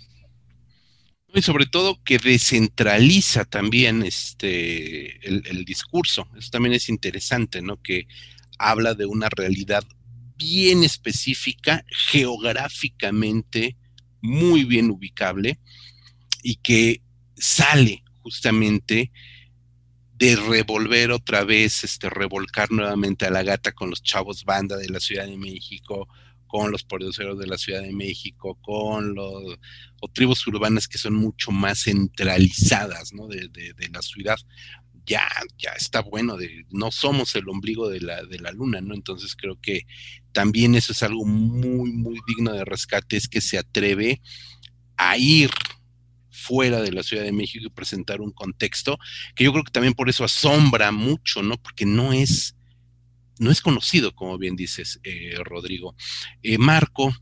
Y sobre todo que descentraliza también este el, el discurso. Eso también es interesante, ¿no? Que habla de una realidad bien específica, geográficamente muy bien ubicable, y que sale justamente de revolver otra vez, este, revolcar nuevamente a la gata con los chavos banda de la Ciudad de México, con los pordiosero de la Ciudad de México, con los o tribus urbanas que son mucho más centralizadas, ¿no? de, de, de la ciudad. Ya, ya está bueno, de, no somos el ombligo de la, de la luna, ¿no? Entonces creo que también eso es algo muy, muy digno de rescate, es que se atreve a ir fuera de la Ciudad de México y presentar un contexto que yo creo que también por eso asombra mucho, ¿no? Porque no es, no es conocido, como bien dices, eh, Rodrigo. Eh, Marco.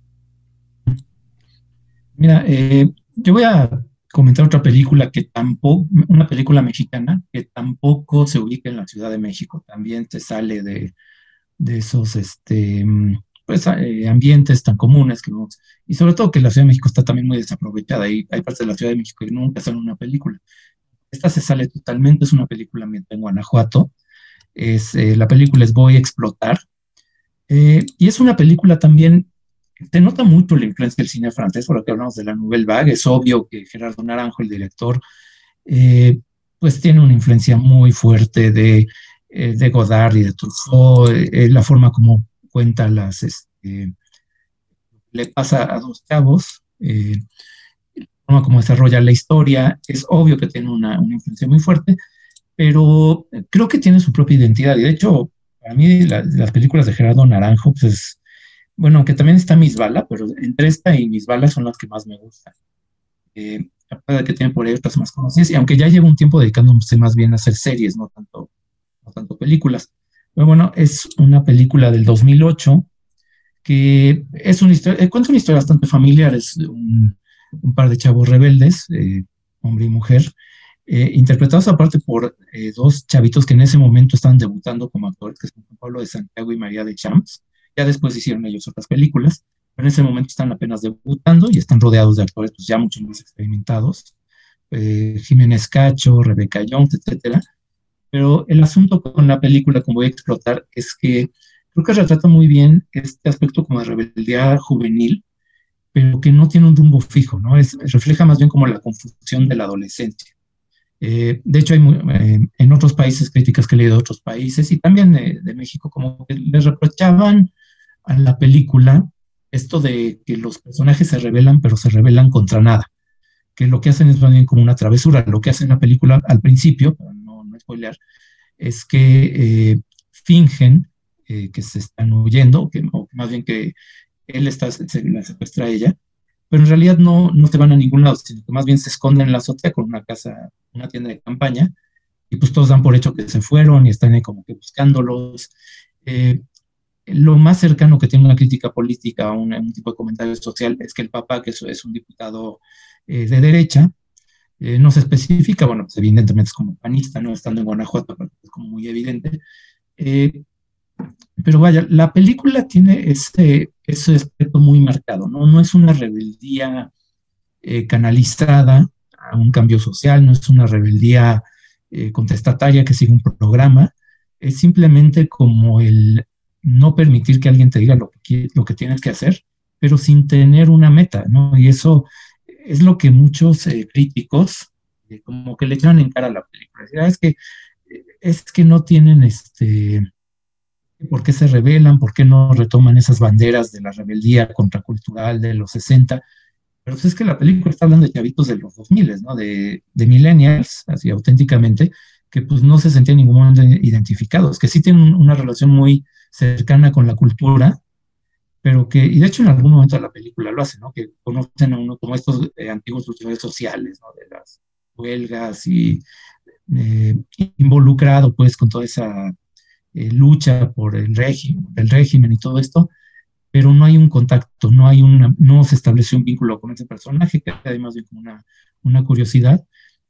Mira, eh, yo voy a comentar otra película que tampoco, una película mexicana que tampoco se ubica en la Ciudad de México, también se sale de, de esos este, pues, eh, ambientes tan comunes que vemos, y sobre todo que la Ciudad de México está también muy desaprovechada, y hay partes de la Ciudad de México que nunca salen una película. Esta se sale totalmente, es una película ambientada en Guanajuato, es, eh, la película es Voy a explotar, eh, y es una película también. Te nota mucho la influencia del cine francés, por lo que hablamos de la Nouvelle Vague. Es obvio que Gerardo Naranjo, el director, eh, pues tiene una influencia muy fuerte de, eh, de Godard y de Truffaut, eh, la forma como cuenta las, este, le pasa a dos chavos, eh, forma como desarrolla la historia, es obvio que tiene una, una influencia muy fuerte, pero creo que tiene su propia identidad. Y de hecho, para mí la, las películas de Gerardo Naranjo, pues es, bueno, aunque también está Misbala, pero entre esta y Misbala son las que más me gustan. Eh, aparte de que tienen por ahí otras más conocidas, y aunque ya llevo un tiempo dedicándose más bien a hacer series, no tanto, no tanto películas. Pero bueno, es una película del dos mil ocho que es una historia, eh, cuenta una historia bastante familiar, es un, un par de chavos rebeldes, eh, hombre y mujer, eh, interpretados aparte por eh, dos chavitos que en ese momento estaban debutando como actores, que son Juan Pablo de Santiago y María de Champs. Ya después hicieron ellos otras películas, pero en ese momento están apenas debutando y están rodeados de actores pues, ya mucho más experimentados, eh, Jiménez Cacho, Rebeca Jones, etcétera. Pero el asunto con la película, como voy a explotar, es que creo que retrata muy bien este aspecto como de rebeldía juvenil, pero que no tiene un rumbo fijo, ¿no? Es, refleja más bien como la confusión de la adolescencia. Eh, de hecho, hay muy, eh, en otros países, críticas que he leído de otros países y también de, de México, como que les reprochaban a la película esto de que los personajes se rebelan, pero se rebelan contra nada, que lo que hacen es más bien como una travesura. Lo que hacen la película al principio, para no, no spoilear, es que eh, fingen eh, que se están huyendo, que, o más bien que él está, se la secuestra a ella, pero en realidad no, no se van a ningún lado, sino que más bien se esconden en la azotea con una casa, una tienda de campaña, y pues todos dan por hecho que se fueron y están ahí como que buscándolos. Eh, lo más cercano que tiene una crítica política, un, un tipo de comentario social, es que el papá, que es, es un diputado eh, de derecha, eh, no se especifica, bueno, pues evidentemente es como panista, ¿no? Estando en Guanajuato, pero es como muy evidente. Eh, pero vaya, la película tiene ese, ese aspecto muy marcado, ¿no? No es una rebeldía eh, canalizada a un cambio social, no es una rebeldía eh, contestataria que sigue un programa, es simplemente como el no permitir que alguien te diga lo que, lo que tienes que hacer, pero sin tener una meta, ¿no? Y eso es lo que muchos eh, críticos eh, como que le echan en cara a la película. Es que, es que no tienen este... ¿Por qué se rebelan? ¿Por qué no retoman esas banderas de la rebeldía contracultural de los sesenta? Pero pues es que la película está hablando de chavitos de los dos mil, ¿no? De, de millennials, así auténticamente, que pues no se sentían en ningún momento identificados, que sí tienen una relación muy cercana con la cultura, pero que, y de hecho en algún momento de la película lo hacen, ¿no? Que conocen a uno como estos eh, antiguos luchadores sociales, ¿no? De las huelgas y eh, involucrado pues con toda esa eh, lucha por el régimen, el régimen y todo esto, pero no hay un contacto, no hay una, no se estableció un vínculo con ese personaje, que además de como una, una curiosidad.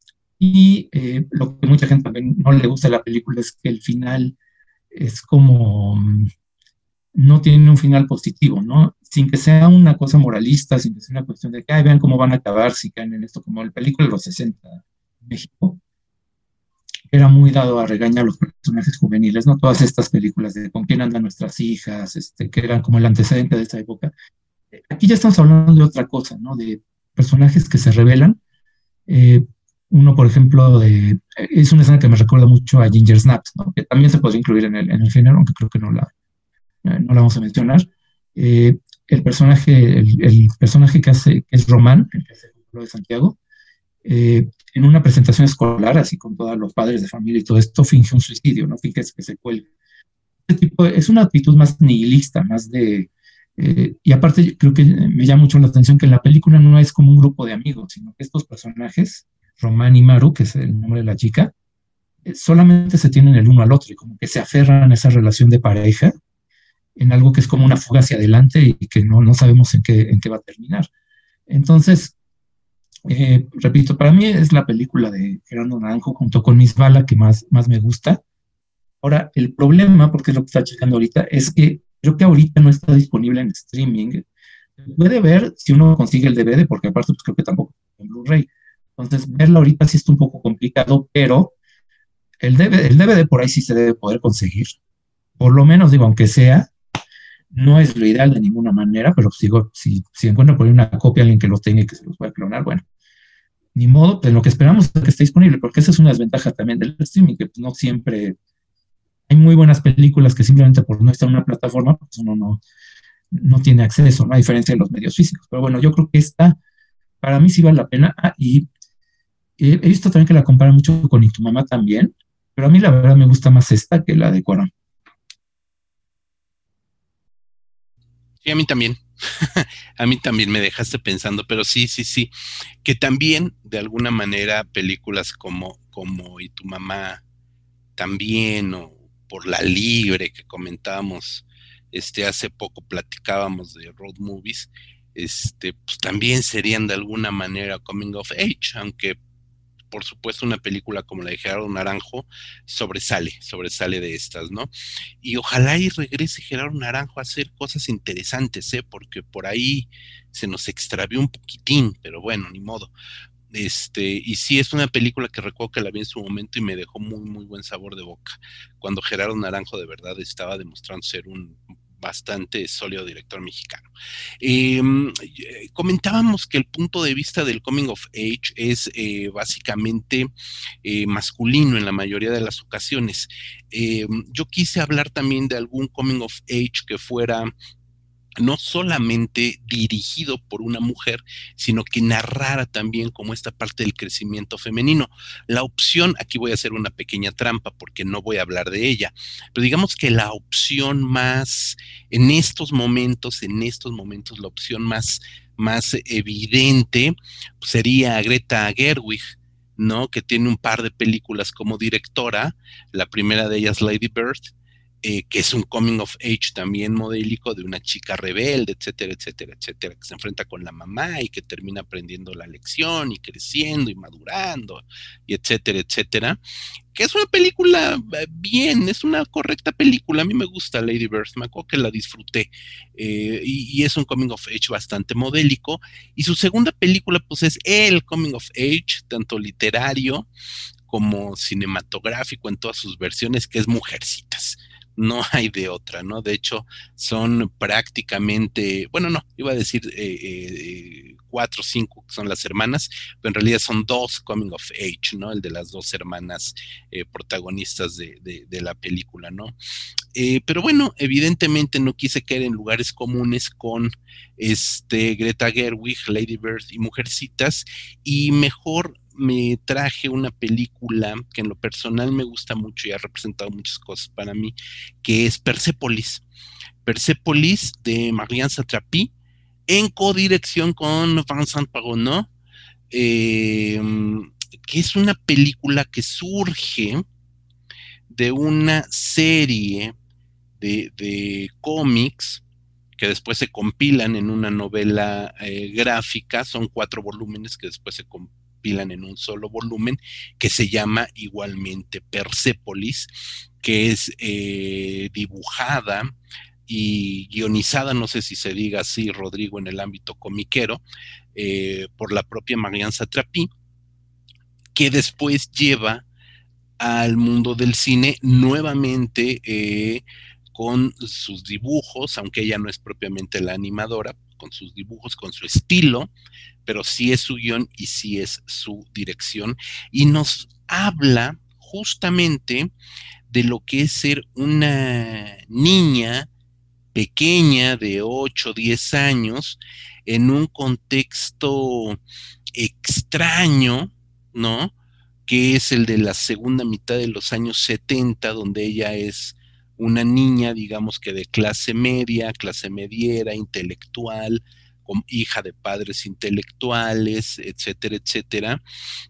Y eh, lo que mucha gente también no le gusta de la película es que el final es como, no tiene un final positivo, ¿no? Sin que sea una cosa moralista, sin que sea una cuestión de que, ay, vean cómo van a acabar si caen en esto, como el película de los sesenta en México, era muy dado a regañar a los personajes juveniles, ¿no? Todas estas películas de con quién andan nuestras hijas, este, que eran como el antecedente de esta época. Aquí ya estamos hablando de otra cosa, ¿no? De personajes que se rebelan. Eh, uno, por ejemplo, de, es una escena que me recuerda mucho a Ginger Snaps, ¿no? Que también se puede incluir en el, en el género, aunque creo que no la, no la vamos a mencionar. Eh, el personaje, el, el personaje que hace, que es Román, el que hace el de Santiago, eh, en una presentación escolar, así con todos los padres de familia y todo esto, finge un suicidio, ¿no? Finge que se cuelga. Este tipo de, es una actitud más nihilista, más de... Eh, y aparte creo que me llama mucho la atención que en la película no es como un grupo de amigos, sino que estos personajes, Román y Maru, que es el nombre de la chica, eh, solamente se tienen el uno al otro y como que se aferran a esa relación de pareja en algo que es como una fuga hacia adelante y que no, no sabemos en qué, en qué va a terminar. Entonces, Eh, repito, para mí es la película de Gerardo Naranjo junto con Misbala que más, más me gusta. Ahora, el problema, porque es lo que está checando ahorita, es que creo que ahorita no está disponible en streaming. Se puede ver si uno consigue el D V D, porque aparte pues creo que tampoco en Blu-ray. Entonces, verla ahorita sí está un poco complicado, pero el D V D, el D V D por ahí sí se debe poder conseguir. Por lo menos, digo, aunque sea, no es lo ideal de ninguna manera, pero sigo, si, si encuentro por ahí una copia, alguien que lo tenga y que se los pueda clonar, bueno, ni modo, pues lo que esperamos es que esté disponible, porque esa es una desventaja también del streaming, que pues, no siempre hay muy buenas películas que simplemente por no estar en una plataforma, pues uno no, no tiene acceso, ¿no? A diferencia de los medios físicos. Pero bueno, yo creo que esta para mí sí vale la pena. Ah, y he, he visto también que la comparan mucho con Y tu mamá también, pero a mí la verdad me gusta más esta que la de Cuarón. Sí, a mí también. A mí también me dejaste pensando, pero sí, sí, sí, que también de alguna manera películas como, como Y tu mamá también, o Por la Libre que comentábamos, este, hace poco platicábamos de road movies, este, pues también serían de alguna manera coming of age, aunque por supuesto una película como la de Gerardo Naranjo sobresale, sobresale de estas, ¿no? Y ojalá y regrese Gerardo Naranjo a hacer cosas interesantes, ¿eh? Porque por ahí se nos extravió un poquitín, pero bueno, ni modo. Este, y sí, es una película que recuerdo que la vi en su momento y me dejó muy, muy buen sabor de boca. Cuando Gerardo Naranjo de verdad estaba demostrando ser un bastante sólido director mexicano. Eh, Comentábamos que el punto de vista del coming of age es eh, básicamente eh, masculino en la mayoría de las ocasiones. Eh, yo quise hablar también de algún coming of age que fuera no solamente dirigido por una mujer, sino que narrara también como esta parte del crecimiento femenino. La opción, aquí voy a hacer una pequeña trampa porque no voy a hablar de ella, pero digamos que la opción más, en estos momentos, en estos momentos, la opción más, más evidente pues, sería Greta Gerwig, ¿no? Que tiene un par de películas como directora, la primera de ellas Lady Bird, eh, que es un coming of age también modélico de una chica rebelde, etcétera, etcétera, etcétera, que se enfrenta con la mamá y que termina aprendiendo la lección y creciendo y madurando, y etcétera, etcétera, que es una película eh, bien, es una correcta película, a mí me gusta Lady Bird, me acuerdo que la disfruté, eh, y, y es un coming of age bastante modélico, y su segunda película pues es el coming of age, tanto literario como cinematográfico en todas sus versiones, que es Mujercitas. No hay de otra, ¿no? De hecho, son prácticamente, bueno, no, iba a decir eh, eh, cuatro o cinco que son las hermanas, pero en realidad son dos coming of age, ¿no? El de las dos hermanas eh, protagonistas de, de, de, la película, ¿no? Eh, pero bueno, evidentemente no quise caer en lugares comunes con este Greta Gerwig, Lady Bird y Mujercitas, y mejor me traje una película que en lo personal me gusta mucho y ha representado muchas cosas para mí, que es Persepolis. Persepolis de Marianne Satrapi, en codirección con Vincent Paronneau, eh, que es una película que surge de una serie de, de cómics que después se compilan en una novela eh, gráfica, son cuatro volúmenes que después se compilan en un solo volumen, que se llama igualmente Persépolis, que es eh, dibujada y guionizada, no sé si se diga así, Rodrigo, en el ámbito comiquero, eh, por la propia Marianne Satrapi, que después lleva al mundo del cine nuevamente eh, con sus dibujos, aunque ella no es propiamente la animadora, con sus dibujos, con su estilo, pero sí es su guión y sí es su dirección, y nos habla justamente de lo que es ser una niña pequeña de ocho o diez años en un contexto extraño, ¿no? Que es el de la segunda mitad de los años setenta, donde ella es una niña, digamos que de clase media, clase mediera, intelectual, con, hija de padres intelectuales, etcétera, etcétera,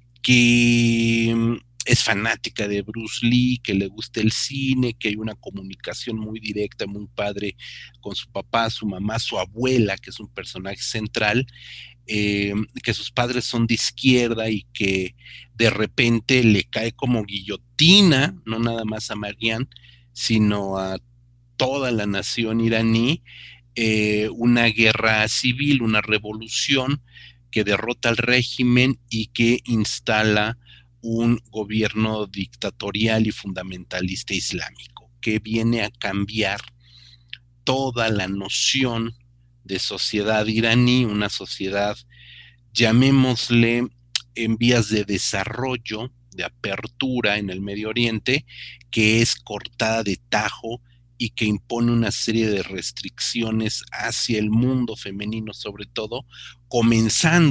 que mm, es fanática de Bruce Lee, que le gusta el cine, que hay una comunicación muy directa, muy padre con su papá, su mamá, su abuela, que es un personaje central, eh, que sus padres son de izquierda y que de repente le cae como guillotina, no nada más a Marianne, sino a toda la nación iraní, eh, una guerra civil, una revolución que derrota al régimen y que instala un gobierno dictatorial y fundamentalista islámico, que viene a cambiar toda la noción de sociedad iraní, una sociedad, llamémosle, en vías de desarrollo, de apertura en el Medio Oriente, que es cortada de tajo y que impone una serie de restricciones hacia el mundo femenino, sobre todo, comenzando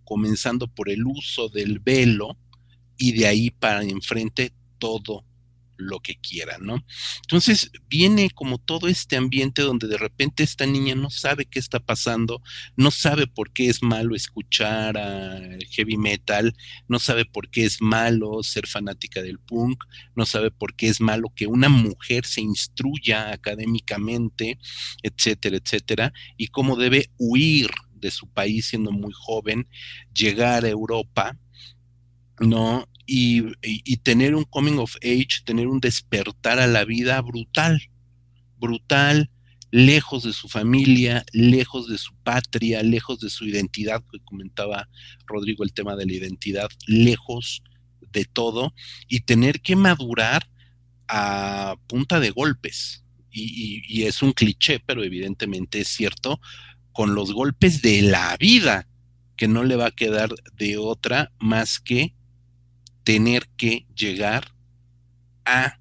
comenzando por el uso del velo y de ahí para enfrente todo lo que quiera, ¿no? Entonces viene como todo este ambiente donde de repente esta niña no sabe qué está pasando, no sabe por qué es malo escuchar a heavy metal, no sabe por qué es malo ser fanática del punk, no sabe por qué es malo que una mujer se instruya académicamente, etcétera, etcétera, y cómo debe huir de su país siendo muy joven, llegar a Europa, ¿no? Y, y, y tener un coming of age, tener un despertar a la vida brutal, brutal, lejos de su familia, lejos de su patria, lejos de su identidad, que comentaba Rodrigo el tema de la identidad, lejos de todo, y tener que madurar a punta de golpes. Y, y, y es un cliché, pero evidentemente es cierto, con los golpes de la vida, que no le va a quedar de otra más que tener que llegar a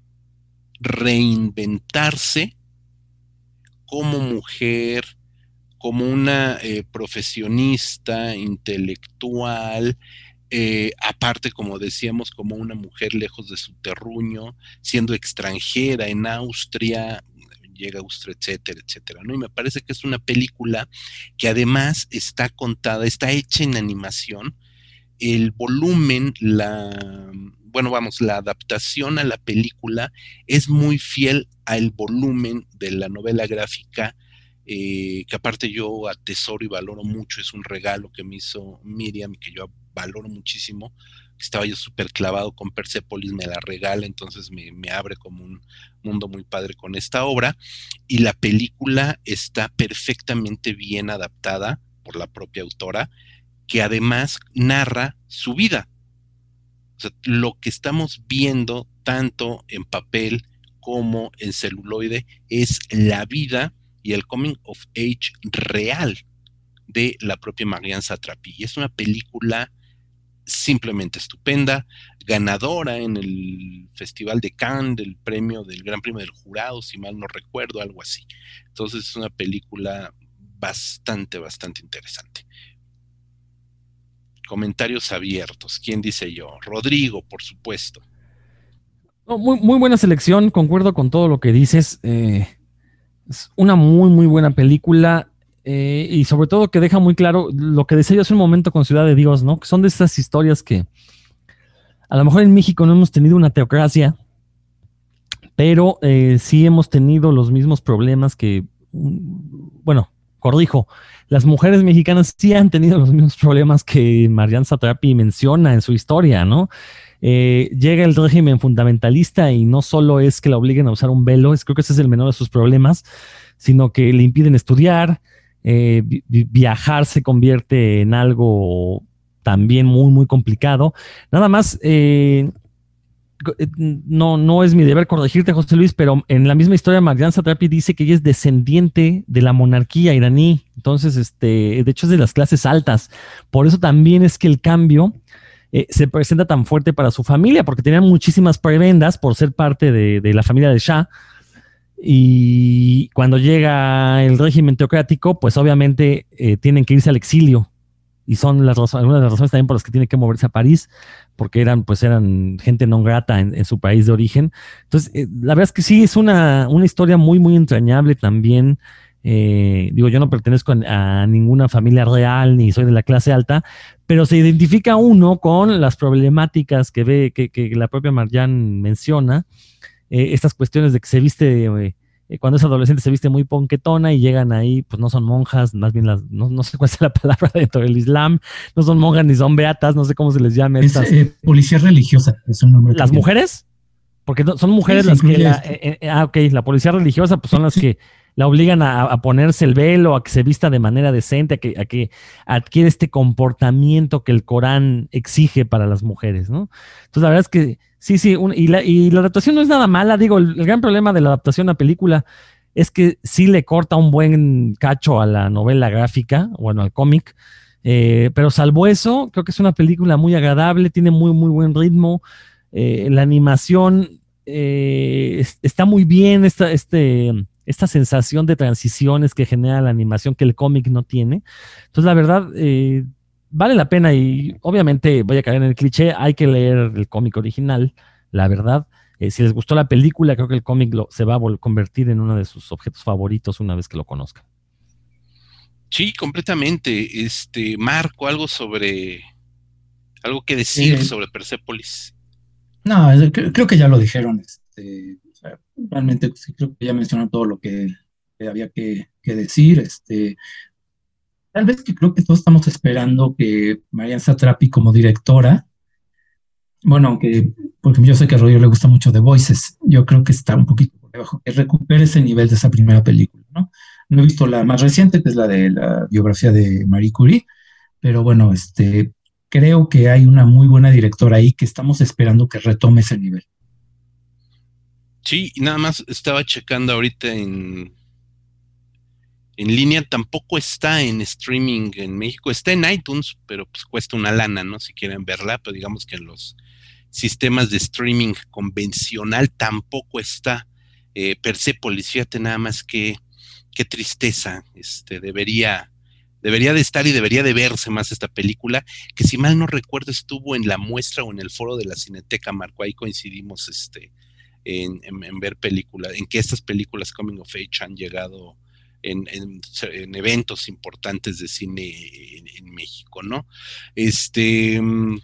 reinventarse como mujer, como una eh, profesionista, intelectual, eh, aparte, como decíamos, como una mujer lejos de su terruño, siendo extranjera en Austria, llega a Austria, etcétera, etcétera, ¿no? Y me parece que es una película que además está contada, está hecha en animación. El volumen, la, bueno, vamos, la adaptación a la película es muy fiel al volumen de la novela gráfica, eh, que aparte yo atesoro y valoro mucho, es un regalo que me hizo Miriam, que yo valoro muchísimo, estaba yo súper clavado con Persepolis, me la regala, entonces me, me abre como un mundo muy padre con esta obra, y la película está perfectamente bien adaptada por la propia autora, que además narra su vida. O sea, lo que estamos viendo tanto en papel como en celuloide es la vida y el coming of age real de la propia Marianne Satrapi. Y es una película simplemente estupenda, ganadora en el Festival de Cannes del premio, del Gran Premio del Jurado, si mal no recuerdo, algo así. Entonces es una película bastante, bastante interesante. Comentarios abiertos. ¿Quién dice yo? Rodrigo, por supuesto. No, muy, muy buena selección, concuerdo con todo lo que dices. Eh, es una muy, muy buena película eh, y sobre todo que deja muy claro lo que decía yo hace un momento con Ciudad de Dios, ¿no? Que son de estas historias que a lo mejor en México no hemos tenido una teocracia, pero eh, sí hemos tenido los mismos problemas que, bueno, corrijo, las mujeres mexicanas sí han tenido los mismos problemas que Marianne Satrapi menciona en su historia, ¿no? Eh, llega el régimen fundamentalista y no solo es que la obliguen a usar un velo, es, creo que ese es el menor de sus problemas, sino que le impiden estudiar, eh, vi viajar se convierte en algo también muy, muy complicado. Nada más, eh, No, no es mi deber corregirte, José Luis, pero en la misma historia Marianne Satrapi dice que ella es descendiente de la monarquía iraní, entonces, este, de hecho es de las clases altas, por eso también es que el cambio eh, se presenta tan fuerte para su familia, porque tenían muchísimas prebendas por ser parte de, de la familia de Shah, y cuando llega el régimen teocrático, pues obviamente eh, tienen que irse al exilio, y son las algunas de las razones también por las que tiene que moverse a París, porque eran, pues eran gente no grata en, en su país de origen. Entonces, eh, la verdad es que sí, es una, una historia muy, muy entrañable también. Eh, digo, yo no pertenezco a, a ninguna familia real, ni soy de la clase alta, pero se identifica uno con las problemáticas que ve, que, que la propia Marianne menciona, eh, estas cuestiones de que se viste... Eh, cuando es adolescente se viste muy ponquetona y llegan ahí, pues no son monjas, más bien las, no, no sé cuál es la palabra dentro del Islam, no son monjas ni son beatas, no sé cómo se les llame. Es estas. Eh, policía religiosa, es un nombre. ¿Las mujeres? Porque no, son mujeres sí, las que... La, eh, eh, ah, ok, la policía religiosa pues son las que la obligan a, a ponerse el velo, a que se vista de manera decente, a que, a que adquiere este comportamiento que el Corán exige para las mujeres, ¿no? Entonces la verdad es que sí, sí, un, y, la, y la adaptación no es nada mala, digo, el, el gran problema de la adaptación a película es que sí le corta un buen cacho a la novela gráfica, bueno, al cómic, eh, pero salvo eso, creo que es una película muy agradable, tiene muy, muy buen ritmo, eh, la animación eh, está muy bien, esta, este, esta sensación de transiciones que genera la animación que el cómic no tiene. Entonces, la verdad, eh, vale la pena y obviamente voy a caer en el cliché, hay que leer el cómic original, la verdad. Eh, si les gustó la película, creo que el cómic lo, se va a convertir en uno de sus objetos favoritos una vez que lo conozcan. Sí, completamente. Este, Marco, algo sobre, algo que decir eh, sobre Persépolis. No, creo, creo que ya lo dijeron. Este, o sea, realmente sí, creo que ya mencionaron todo lo que, que había que, que decir. Este, tal vez que creo que todos estamos esperando que Marianne Satrapi como directora, bueno, aunque, porque yo sé que a Rodrigo le gusta mucho The Voices, yo creo que está un poquito por debajo, que recupere ese nivel de esa primera película, ¿no? No he visto la más reciente, que es la de la biografía de Marie Curie, pero bueno, este, creo que hay una muy buena directora ahí que estamos esperando que retome ese nivel. Sí, y nada más estaba checando ahorita en, en línea, tampoco está en streaming en México, está en iTunes, pero pues cuesta una lana, ¿no? Si quieren verla, pero digamos que en los sistemas de streaming convencional tampoco está eh, Persépolis, fíjate nada más que qué tristeza, este, debería, debería de estar y debería de verse más esta película, que si mal no recuerdo estuvo en la muestra o en el foro de la Cineteca, Marco, ahí coincidimos este, en, en, en ver películas, en que estas películas Coming of Age han llegado en, en, en eventos importantes de cine en, en México, ¿no? Este...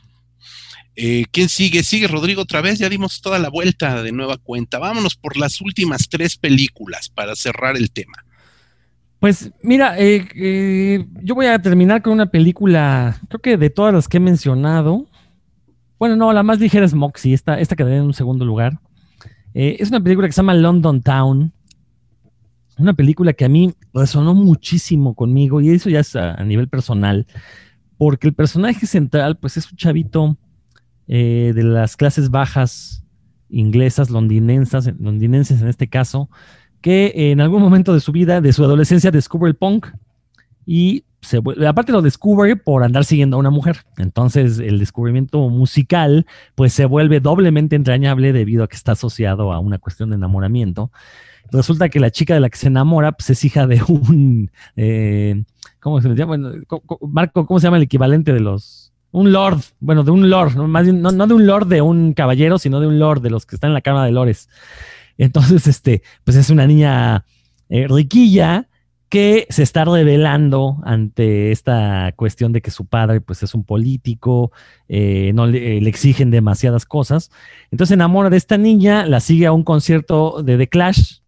Eh, ¿Quién sigue? Sigue Rodrigo otra vez, ya dimos toda la vuelta de nueva cuenta. Vámonos por las últimas tres películas para cerrar el tema. Pues mira, eh, eh, yo voy a terminar con una película, creo que de todas las que he mencionado, bueno, no, la más ligera es Moxie, esta, esta quedaría en un segundo lugar. Eh, es una película que se llama London Town, una película que a mí resonó muchísimo conmigo, y eso ya es a, a nivel personal, porque el personaje central pues es un chavito Eh, de las clases bajas inglesas, londinenses, londinenses en este caso, que en algún momento de su vida, de su adolescencia, descubre el punk y se vuelve, aparte lo descubre por andar siguiendo a una mujer. Entonces el descubrimiento musical pues se vuelve doblemente entrañable debido a que está asociado a una cuestión de enamoramiento. Resulta que la chica de la que se enamora pues, es hija de un eh, ¿cómo se le llama? Marco, ¿cómo se llama el equivalente de los un lord, bueno, de un lord, no, más bien, no, no de un lord de un caballero, sino de un lord de los que están en la Cámara de Lores. Entonces, este, pues es una niña eh, riquilla que se está rebelando ante esta cuestión de que su padre, pues, es un político, eh, no le, eh, le exigen demasiadas cosas. Entonces se enamora de esta niña, la sigue a un concierto de The Clash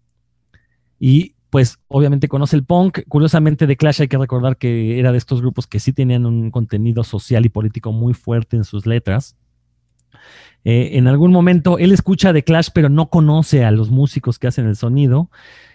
y pues obviamente conoce el punk. Curiosamente, The Clash hay que recordar que era de estos grupos que sí tenían un contenido social y político muy fuerte en sus letras. Eh, en algún momento él escucha The Clash, pero no conoce a los músicos que hacen el sonido.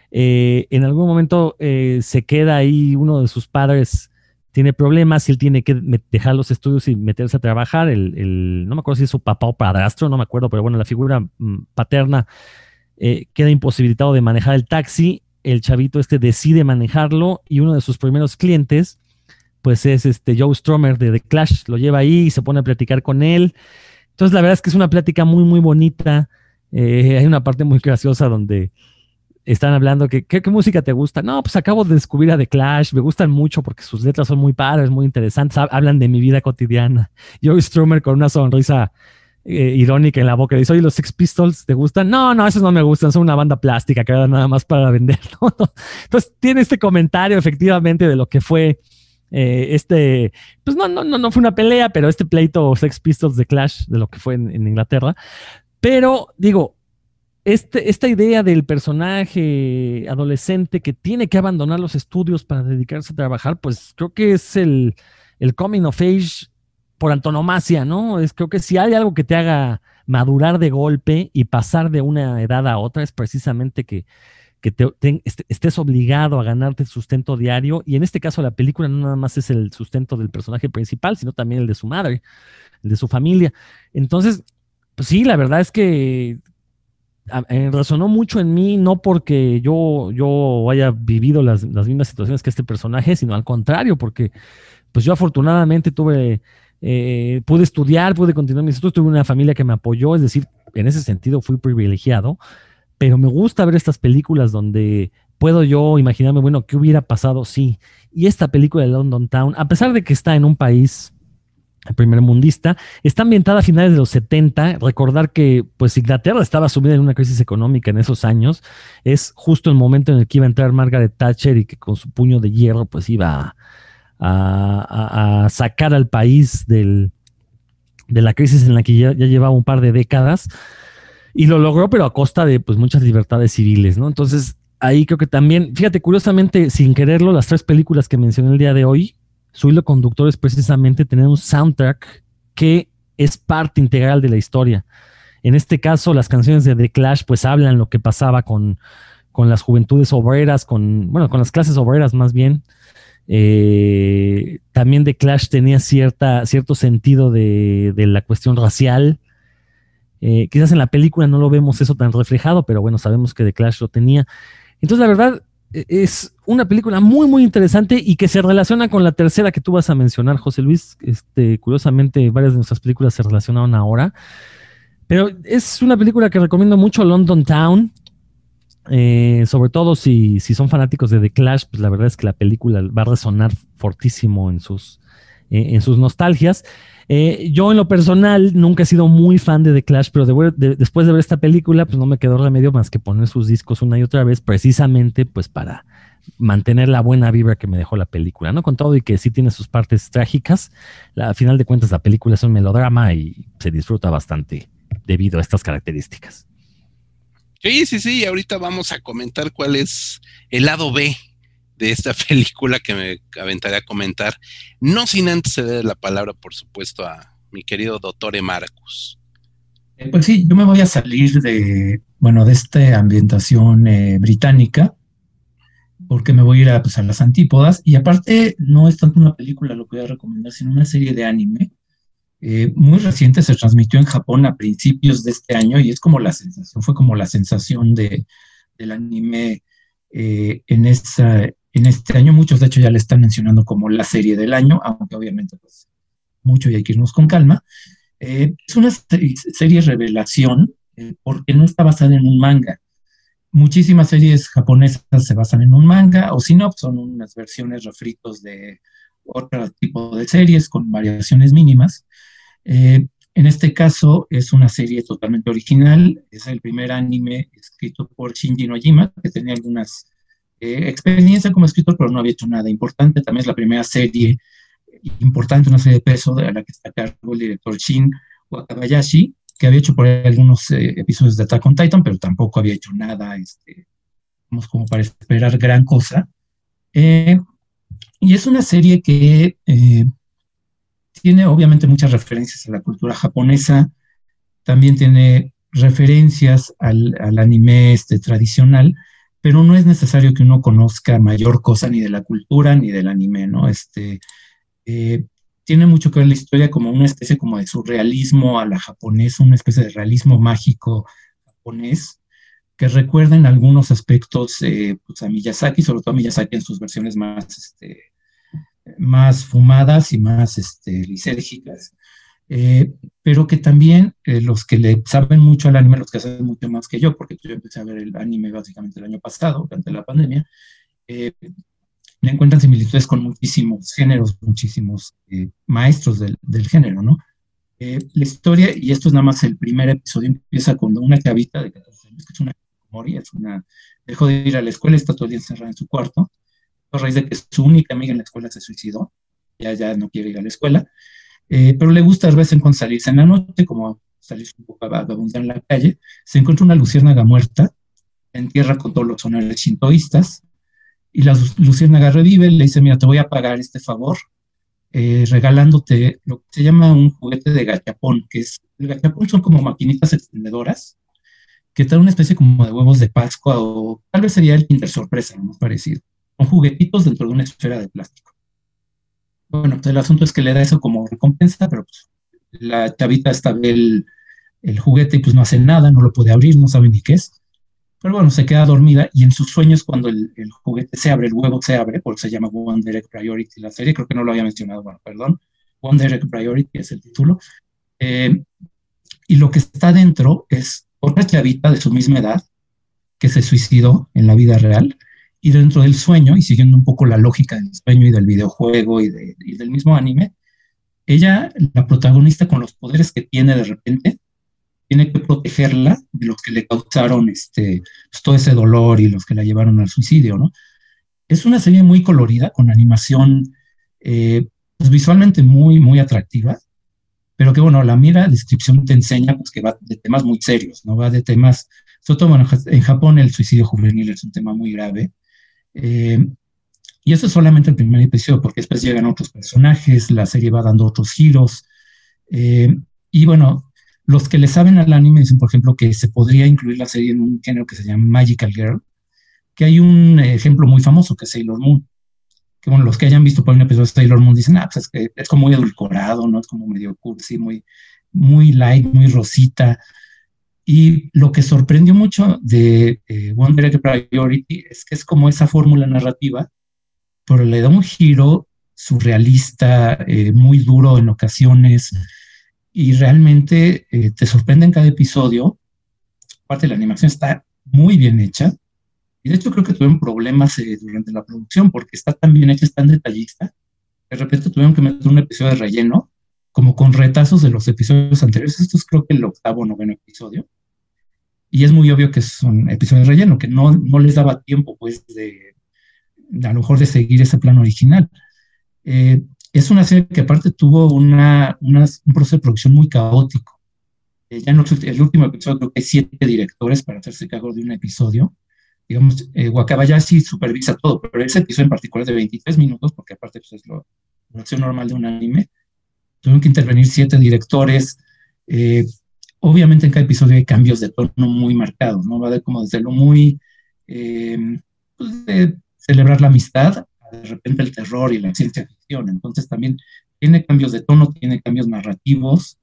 Eh, en algún momento eh, se queda ahí, uno de sus padres tiene problemas y él tiene que dejar los estudios y meterse a trabajar. El, el, no me acuerdo si es su papá o padrastro, no me acuerdo, pero bueno, la figura mm, paterna eh, queda imposibilitado de manejar el taxi. El chavito este decide manejarlo y uno de sus primeros clientes pues es este Joe Strummer de The Clash, lo lleva ahí y se pone a platicar con él. Entonces la verdad es que es una plática muy muy bonita. Eh, hay una parte muy graciosa donde están hablando que ¿qué, qué música te gusta? No, pues acabo de descubrir a The Clash, me gustan mucho porque sus letras son muy padres, muy interesantes, hablan de mi vida cotidiana. Joe Strummer con una sonrisa Eh, irónica en la boca, dice, oye, ¿los Sex Pistols te gustan? No, no, esos no me gustan, son una banda plástica que era nada más para vender, ¿no? Entonces tiene este comentario efectivamente de lo que fue eh, este, pues no, no, no, no fue una pelea, pero este pleito Sex Pistols de Clash, de lo que fue en, en Inglaterra. Pero digo, este, esta idea del personaje adolescente que tiene que abandonar los estudios para dedicarse a trabajar, pues creo que es el, el coming of age por antonomasia, ¿no? Es, creo que si hay algo que te haga madurar de golpe y pasar de una edad a otra, es precisamente que, que te, te, estés obligado a ganarte el sustento diario, y en este caso la película no nada más es el sustento del personaje principal, sino también el de su madre, el de su familia. Entonces, pues sí, la verdad es que a, eh, resonó mucho en mí, no porque yo, yo haya vivido las, las mismas situaciones que este personaje, sino al contrario, porque pues yo afortunadamente tuve... Eh, pude estudiar, pude continuar mis estudios, tuve una familia que me apoyó, es decir, en ese sentido fui privilegiado, pero me gusta ver estas películas donde puedo yo imaginarme, bueno, ¿qué hubiera pasado? Sí, y esta película de London Town, a pesar de que está en un país primer mundista. Está ambientada a finales de los setenta. Recordar que pues Inglaterra estaba sumida en una crisis económica en esos años. Es justo el momento en el que iba a entrar Margaret Thatcher y que con su puño de hierro pues iba a, a, a sacar al país del, de la crisis en la que ya, ya llevaba un par de décadas. Y lo logró, pero a costa de pues muchas libertades civiles, ¿no? Entonces ahí creo que también, fíjate, curiosamente, sin quererlo, las tres películas que mencioné el día de hoy, su hilo conductor es precisamente tener un soundtrack que es parte integral de la historia. En este caso, las canciones de The Clash pues hablan lo que pasaba con, con las juventudes obreras, con, bueno, con las clases obreras más bien. Eh, también The Clash tenía cierta, cierto sentido de, de la cuestión racial. Eh, quizás en la película no lo vemos eso tan reflejado, pero bueno, sabemos que The Clash lo tenía. Entonces, la verdad, es una película muy, muy interesante y que se relaciona con la tercera que tú vas a mencionar, José Luis. Este, curiosamente, varias de nuestras películas se relacionaron ahora. Pero es una película que recomiendo mucho, London Town. Eh, sobre todo si, si son fanáticos de The Clash, pues la verdad es que la película va a resonar fortísimo en sus, eh, en sus nostalgias. Eh, yo en lo personal nunca he sido muy fan de The Clash, pero de ver, de, después de ver esta película pues no me quedó remedio más que poner sus discos una y otra vez, precisamente pues para mantener la buena vibra que me dejó la película, ¿no? Con todo y que sí tiene sus partes trágicas, la, a final de cuentas la película es un melodrama y se disfruta bastante debido a estas características. Sí, sí, sí, ahorita vamos a comentar cuál es el lado B de esta película que me aventaré a comentar, no sin antes ceder la palabra, por supuesto, a mi querido doctor Marcus. Eh, pues sí, yo me voy a salir de, bueno, de esta ambientación eh, británica, porque me voy a ir a, pues, a las antípodas, y aparte no es tanto una película lo que voy a recomendar, sino una serie de anime. Eh, muy reciente, se transmitió en Japón a principios de este año, y es como la sensación, fue como la sensación de, del anime eh, en esa... En este año, muchos de hecho ya le están mencionando como la serie del año, aunque obviamente pues mucho y hay que irnos con calma. Eh, es una serie, serie revelación eh, porque no está basada en un manga. Muchísimas series japonesas se basan en un manga, o si no, son unas versiones refritos de otro tipo de series con variaciones mínimas. Eh, en este caso es una serie totalmente original, es el primer anime escrito por Shinji Nojima, que tenía algunas Eh, experiencia como escritor, pero no había hecho nada importante. También es la primera serie importante, una serie de peso, de la que está a cargo el director Shin Wakabayashi, que había hecho por ahí algunos eh, episodios de Attack on Titan, pero tampoco había hecho nada, este, como para esperar gran cosa. Eh, y es una serie que eh, tiene obviamente muchas referencias a la cultura japonesa, también tiene referencias al, al anime este, tradicional, pero no es necesario que uno conozca mayor cosa ni de la cultura ni del anime, ¿no? Este, eh, tiene mucho que ver la historia como una especie como de surrealismo a la japonesa, una especie de realismo mágico japonés, que recuerda en algunos aspectos eh, pues a Miyazaki, sobre todo a Miyazaki en sus versiones más, este, más fumadas y más este, lisérgicas. Eh, pero que también eh, los que le saben mucho al anime, los que saben mucho más que yo, porque yo empecé a ver el anime básicamente el año pasado, durante la pandemia, eh, le encuentran similitudes con muchísimos géneros, muchísimos eh, maestros del, del género, ¿no? Eh, la historia, y esto es nada más el primer episodio, empieza con una chavita de catorce años, que es una Mori, es una, dejó de ir a la escuela, está todo el día encerrada en su cuarto, a raíz de que su única amiga en la escuela se suicidó, ya, ya no quiere ir a la escuela. Eh, pero le gusta de vez en cuando salirse en la noche, como salirse un poco a vagabundar en la calle. Se encuentra una luciérnaga muerta, la entierra con todos los honores shintoístas, y la luciérnaga revive, le dice, mira, te voy a pagar este favor, eh, regalándote lo que se llama un juguete de gachapón, que es, el gachapón son como maquinitas expendedoras, que traen una especie como de huevos de Pascua, o tal vez sería el Kinder Sorpresa, lo más parecido. Son juguetitos dentro de una esfera de plástico. Bueno, pues el asunto es que le da eso como recompensa, pero pues, la chavita esta ve el, el juguete y pues no hace nada, no lo puede abrir, no sabe ni qué es. Pero bueno, se queda dormida y en sus sueños cuando el, el juguete se abre, el huevo se abre, porque se llama One Direct Priority la serie, creo que no lo había mencionado, bueno, perdón. One Direct Priority es el título. Eh, y lo que está dentro es otra chavita de su misma edad que se suicidó en la vida real. Y dentro del sueño, y siguiendo un poco la lógica del sueño y del videojuego y, de, y del mismo anime, ella, la protagonista con los poderes que tiene de repente, tiene que protegerla de los que le causaron este, pues, todo ese dolor y los que la llevaron al suicidio, ¿no? Es una serie muy colorida, con animación eh, pues visualmente muy, muy atractiva, pero que bueno, la mera descripción te enseña pues, que va de temas muy serios, ¿no? Va de temas, sobre todo bueno, en Japón el suicidio juvenil es un tema muy grave, eh, y eso es solamente el primer episodio, porque después llegan otros personajes, la serie va dando otros giros, eh, y bueno, los que le saben al anime dicen, por ejemplo, que se podría incluir la serie en un género que se llama Magical Girl, que hay un ejemplo muy famoso que es Sailor Moon, que bueno, los que hayan visto por un episodio de Sailor Moon dicen, ah, pues es que es como muy edulcorado, ¿no? Es como medio cursi, muy, muy light, muy rosita. Y lo que sorprendió mucho de eh, One Direct Priority es que es como esa fórmula narrativa, pero le da un giro surrealista, eh, muy duro en ocasiones, y realmente eh, te sorprende en cada episodio. Aparte, la animación está muy bien hecha, y de hecho creo que tuvieron problemas eh, durante la producción, porque está tan bien hecha, es tan detallista, de repente tuvieron que meter un episodio de relleno, como con retazos de los episodios anteriores. Esto es creo que el octavo o noveno episodio, y es muy obvio que son episodios de relleno, que no, no les daba tiempo, pues, de, de a lo mejor de seguir ese plan original. Eh, es una serie que aparte tuvo una, una, un proceso de producción muy caótico. Eh, ya no, el último episodio creo que hay siete directores para hacerse cargo de un episodio. Digamos, eh, Wakabayashi supervisa todo, pero ese episodio en particular de veintitrés minutos, porque aparte pues, es lo, la acción normal de un anime, tuvieron que intervenir siete directores. Eh, obviamente en cada episodio hay cambios de tono muy marcados, ¿no? Va de como desde lo muy eh, pues de celebrar la amistad, a de repente el terror y la ciencia ficción. Entonces también tiene cambios de tono, tiene cambios narrativos,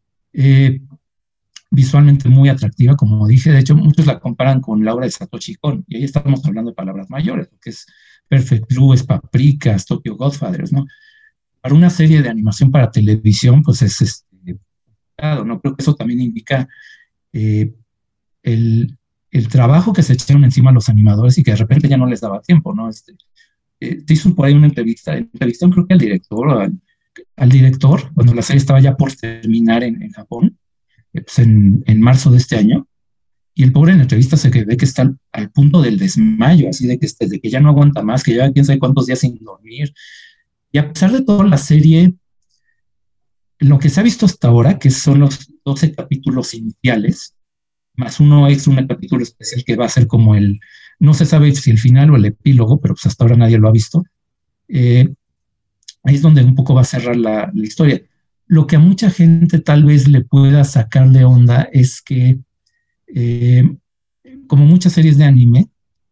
eh, visualmente muy atractiva, como dije. De hecho, muchos la comparan con la obra de Satoshi Kon, y ahí estamos hablando de palabras mayores, que es Perfect Blue, es Paprikas, Tokyo Godfathers, ¿no? Para una serie de animación para televisión, pues es este, claro, ¿no? Creo que eso también indica eh, el, el trabajo que se echaron encima los animadores y que de repente ya no les daba tiempo, ¿no? Este, eh, te hizo por ahí una entrevista, entrevistaron creo que al director, al, al director, cuando la serie estaba ya por terminar en, en Japón, pues en, en marzo de este año, y el pobre en la entrevista se ve que está al, al punto del desmayo, así de que, de que ya no aguanta más, que lleva quién sabe cuántos días sin dormir. Y a pesar de todo, la serie, lo que se ha visto hasta ahora, que son los doce capítulos iniciales, más uno es un capítulo especial que va a ser como el, no se sabe si el final o el epílogo, pero pues hasta ahora nadie lo ha visto, eh, ahí es donde un poco va a cerrar la, la historia. Lo que a mucha gente tal vez le pueda sacar de onda es que, eh, como muchas series de anime,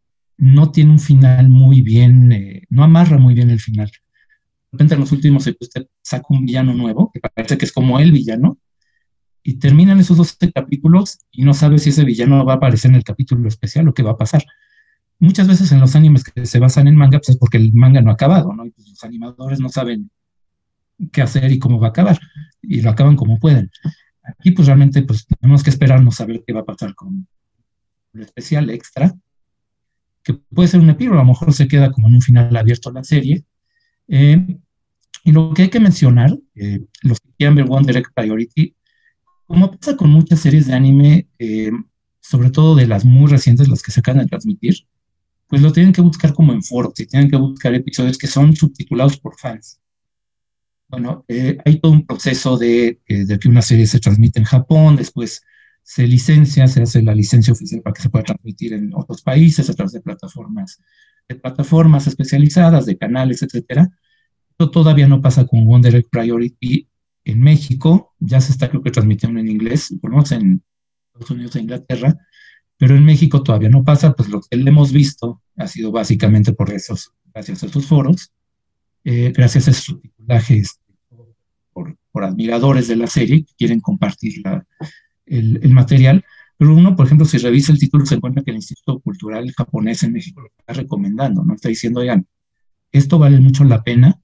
no tiene un final muy bien, eh, no amarra muy bien el final. De repente en los últimos episodios saca un villano nuevo, que parece que es como el villano, y terminan esos doce capítulos y no sabes si ese villano va a aparecer en el capítulo especial o qué va a pasar. Muchas veces en los animes que se basan en manga, pues es porque el manga no ha acabado, ¿no? Y pues los animadores no saben qué hacer y cómo va a acabar, y lo acaban como pueden. Aquí pues realmente pues tenemos que esperarnos a ver qué va a pasar con lo especial extra, que puede ser un epílogo, a lo mejor se queda como en un final abierto la serie. Eh, y lo que hay que mencionar, eh, los que quieran ver One Direct Priority, como pasa con muchas series de anime, eh, sobre todo de las muy recientes, las que se acaban de transmitir, pues lo tienen que buscar como en foros y tienen que buscar episodios que son subtitulados por fans. Bueno, eh, hay todo un proceso de, eh, de que una serie se transmite en Japón, después se licencia, se hace la licencia oficial para que se pueda transmitir en otros países a través de plataformas, de plataformas especializadas, de canales, etcétera. Esto todavía no pasa con One Direct Priority en México, ya se está creo que transmitiendo en inglés, por lo menos en Estados Unidos e Inglaterra, pero en México todavía no pasa. Pues lo que le hemos visto ha sido básicamente por esos, gracias a esos foros, eh, gracias a esos subtitulajes por, por admiradores de la serie que quieren compartir la, el, el material. Pero uno, por ejemplo, si revisa el título, se encuentra que el Instituto Cultural Japonés en México lo está recomendando, ¿no? Está diciendo, oigan, esto vale mucho la pena.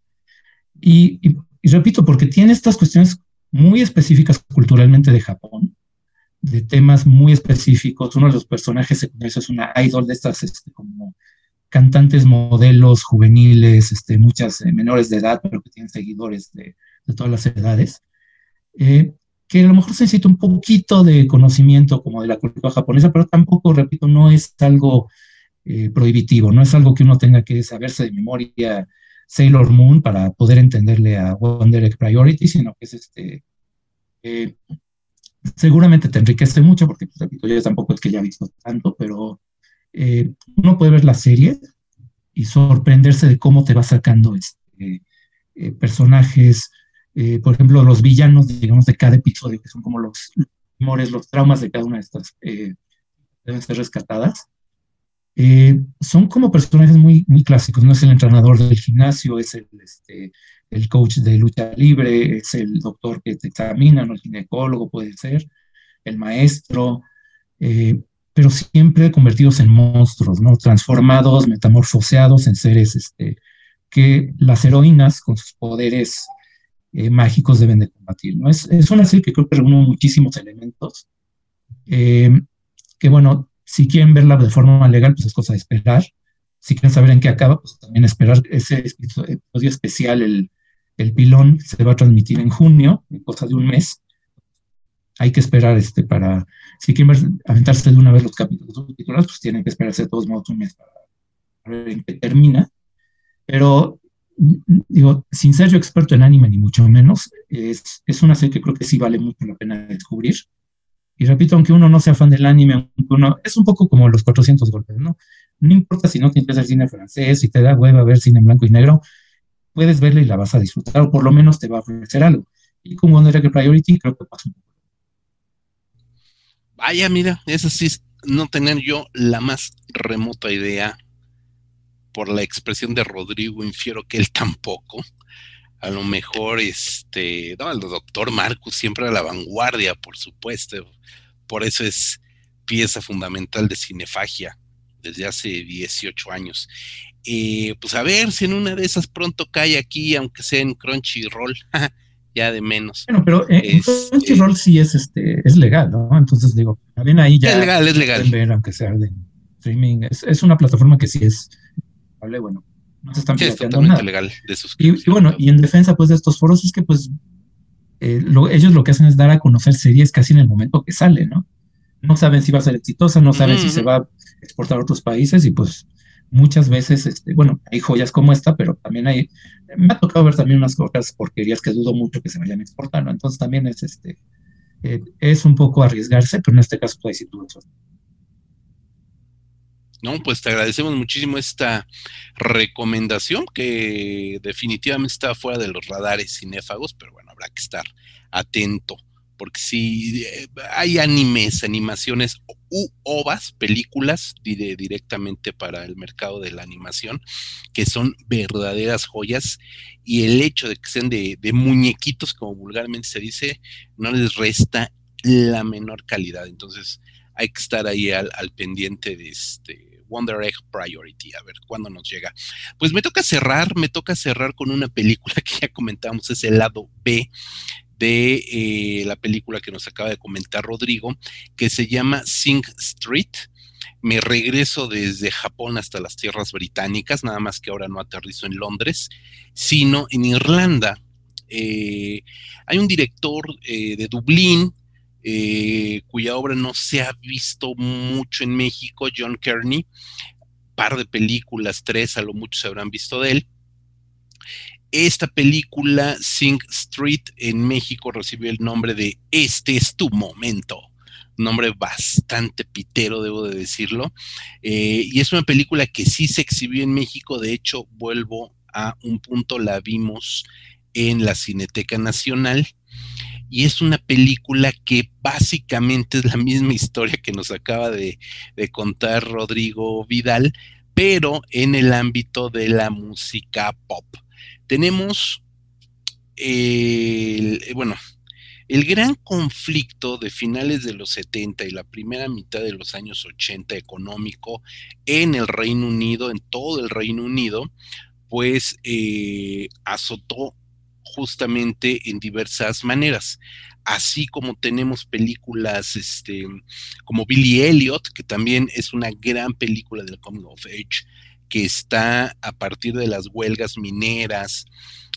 Y, y, y repito, porque tiene estas cuestiones muy específicas culturalmente de Japón, de temas muy específicos. Uno de los personajes secundarios es una idol de estas este, como cantantes, modelos juveniles, este, muchas eh, menores de edad, pero que tienen seguidores de, de todas las edades, eh, que a lo mejor se necesita un poquito de conocimiento como de la cultura japonesa, pero tampoco, repito, no es algo eh, prohibitivo, no es algo que uno tenga que saberse de memoria Sailor Moon para poder entenderle a Wonder Egg Priority, sino que es este, eh, seguramente te enriquece mucho, porque, pues, repito, yo tampoco es que haya visto tanto, pero eh, uno puede ver la serie y sorprenderse de cómo te va sacando este, eh, personajes, eh, por ejemplo, los villanos, digamos, de cada episodio, que son como los temores, los traumas de cada una de estas, eh, deben ser rescatadas. Eh, son como personajes muy, muy clásicos, no es el entrenador del gimnasio, es el, este, el coach de lucha libre, es el doctor que te examina, ¿no? El ginecólogo puede ser, el maestro, eh, pero siempre convertidos en monstruos, ¿no? Transformados, metamorfoseados en seres este, que las heroínas con sus poderes eh, mágicos deben de combatir, ¿no? Es, es una serie que creo que reúne muchísimos elementos, eh, que bueno, si quieren verla de forma legal, pues es cosa de esperar. Si quieren saber en qué acaba, pues también esperar. Ese episodio especial, el, el pilón, se va a transmitir en junio, en cosa de un mes. Hay que esperar este para, si quieren ver, aventarse de una vez los capítulos subtitulados, pues tienen que esperarse de todos modos un mes para, para ver en qué termina. Pero, digo, sin ser yo experto en anime, ni mucho menos, es, es una serie que creo que sí vale mucho la pena descubrir. Y repito, aunque uno no sea fan del anime, aunque uno, es un poco como los cuatrocientos golpes, ¿no? No importa si no te interesa el cine francés, si te da hueva ver cine en blanco y negro, puedes verla y la vas a disfrutar, o por lo menos te va a ofrecer algo. Y con Wonder Egg Priority creo que pasa un poco. Vaya, mira, eso sí, no tener yo la más remota idea. Por la expresión de Rodrigo, infiero que él tampoco. A lo mejor, este, no, el doctor Marcus siempre a la vanguardia, por supuesto. Por eso es pieza fundamental de Cinefagia desde hace dieciocho años. Eh, pues a ver si en una de esas pronto cae aquí, aunque sea en Crunchyroll, ya de menos. Bueno, pero eh, este, Crunchyroll sí es, este, es legal, ¿no? Entonces digo, también ahí ya es legal, es legal. Pueden ver, aunque sea de streaming. Es, es una plataforma que sí es, bueno, no se están sí, pirateando nada. Legal de y, y bueno, y en defensa pues de estos foros es que pues eh, lo, ellos lo que hacen es dar a conocer series casi en el momento que sale, ¿no? No saben si va a ser exitosa, no saben mm-hmm. si se va a exportar a otros países y pues muchas veces, este, bueno, hay joyas como esta, pero también hay, me ha tocado ver también unas otras porquerías que dudo mucho que se vayan a exportar, ¿no? Entonces también es, este, eh, es un poco arriesgarse, pero en este caso puede decir tú eso. No, pues te agradecemos muchísimo esta recomendación que definitivamente está fuera de los radares cinéfagos, pero bueno, habrá que estar atento, porque si eh, hay animes, animaciones u ovas, películas dire, directamente para el mercado de la animación, que son verdaderas joyas, y el hecho de que sean de, de muñequitos, como vulgarmente se dice, no les resta la menor calidad. Entonces hay que estar ahí al, al pendiente de este Wonder Egg Priority, a ver cuándo nos llega. Pues me toca cerrar, me toca cerrar con una película que ya comentamos, es el lado B de eh, la película que nos acaba de comentar Rodrigo, que se llama Sing Street. Me regreso desde Japón hasta las tierras británicas, nada más que ahora no aterrizo en Londres, sino en Irlanda. Eh, hay un director eh, de Dublín, Eh, cuya obra no se ha visto mucho en México, John Kearney, par de películas, tres a lo mucho se habrán visto de él. Esta película, Sing Street, en México recibió el nombre de Este es tu momento, un nombre bastante pitero, debo de decirlo, eh, y es una película que sí se exhibió en México. De hecho, vuelvo a un punto, la vimos en la Cineteca Nacional, y es una película que básicamente es la misma historia que nos acaba de, de contar Rodrigo Vidal, pero en el ámbito de la música pop. Tenemos el, bueno, el gran conflicto de finales de los setenta y la primera mitad de los años ochenta económico en el Reino Unido, en todo el Reino Unido, pues eh, azotó justamente en diversas maneras, así como tenemos películas este, como Billy Elliot, que también es una gran película del coming of age, que está a partir de las huelgas mineras,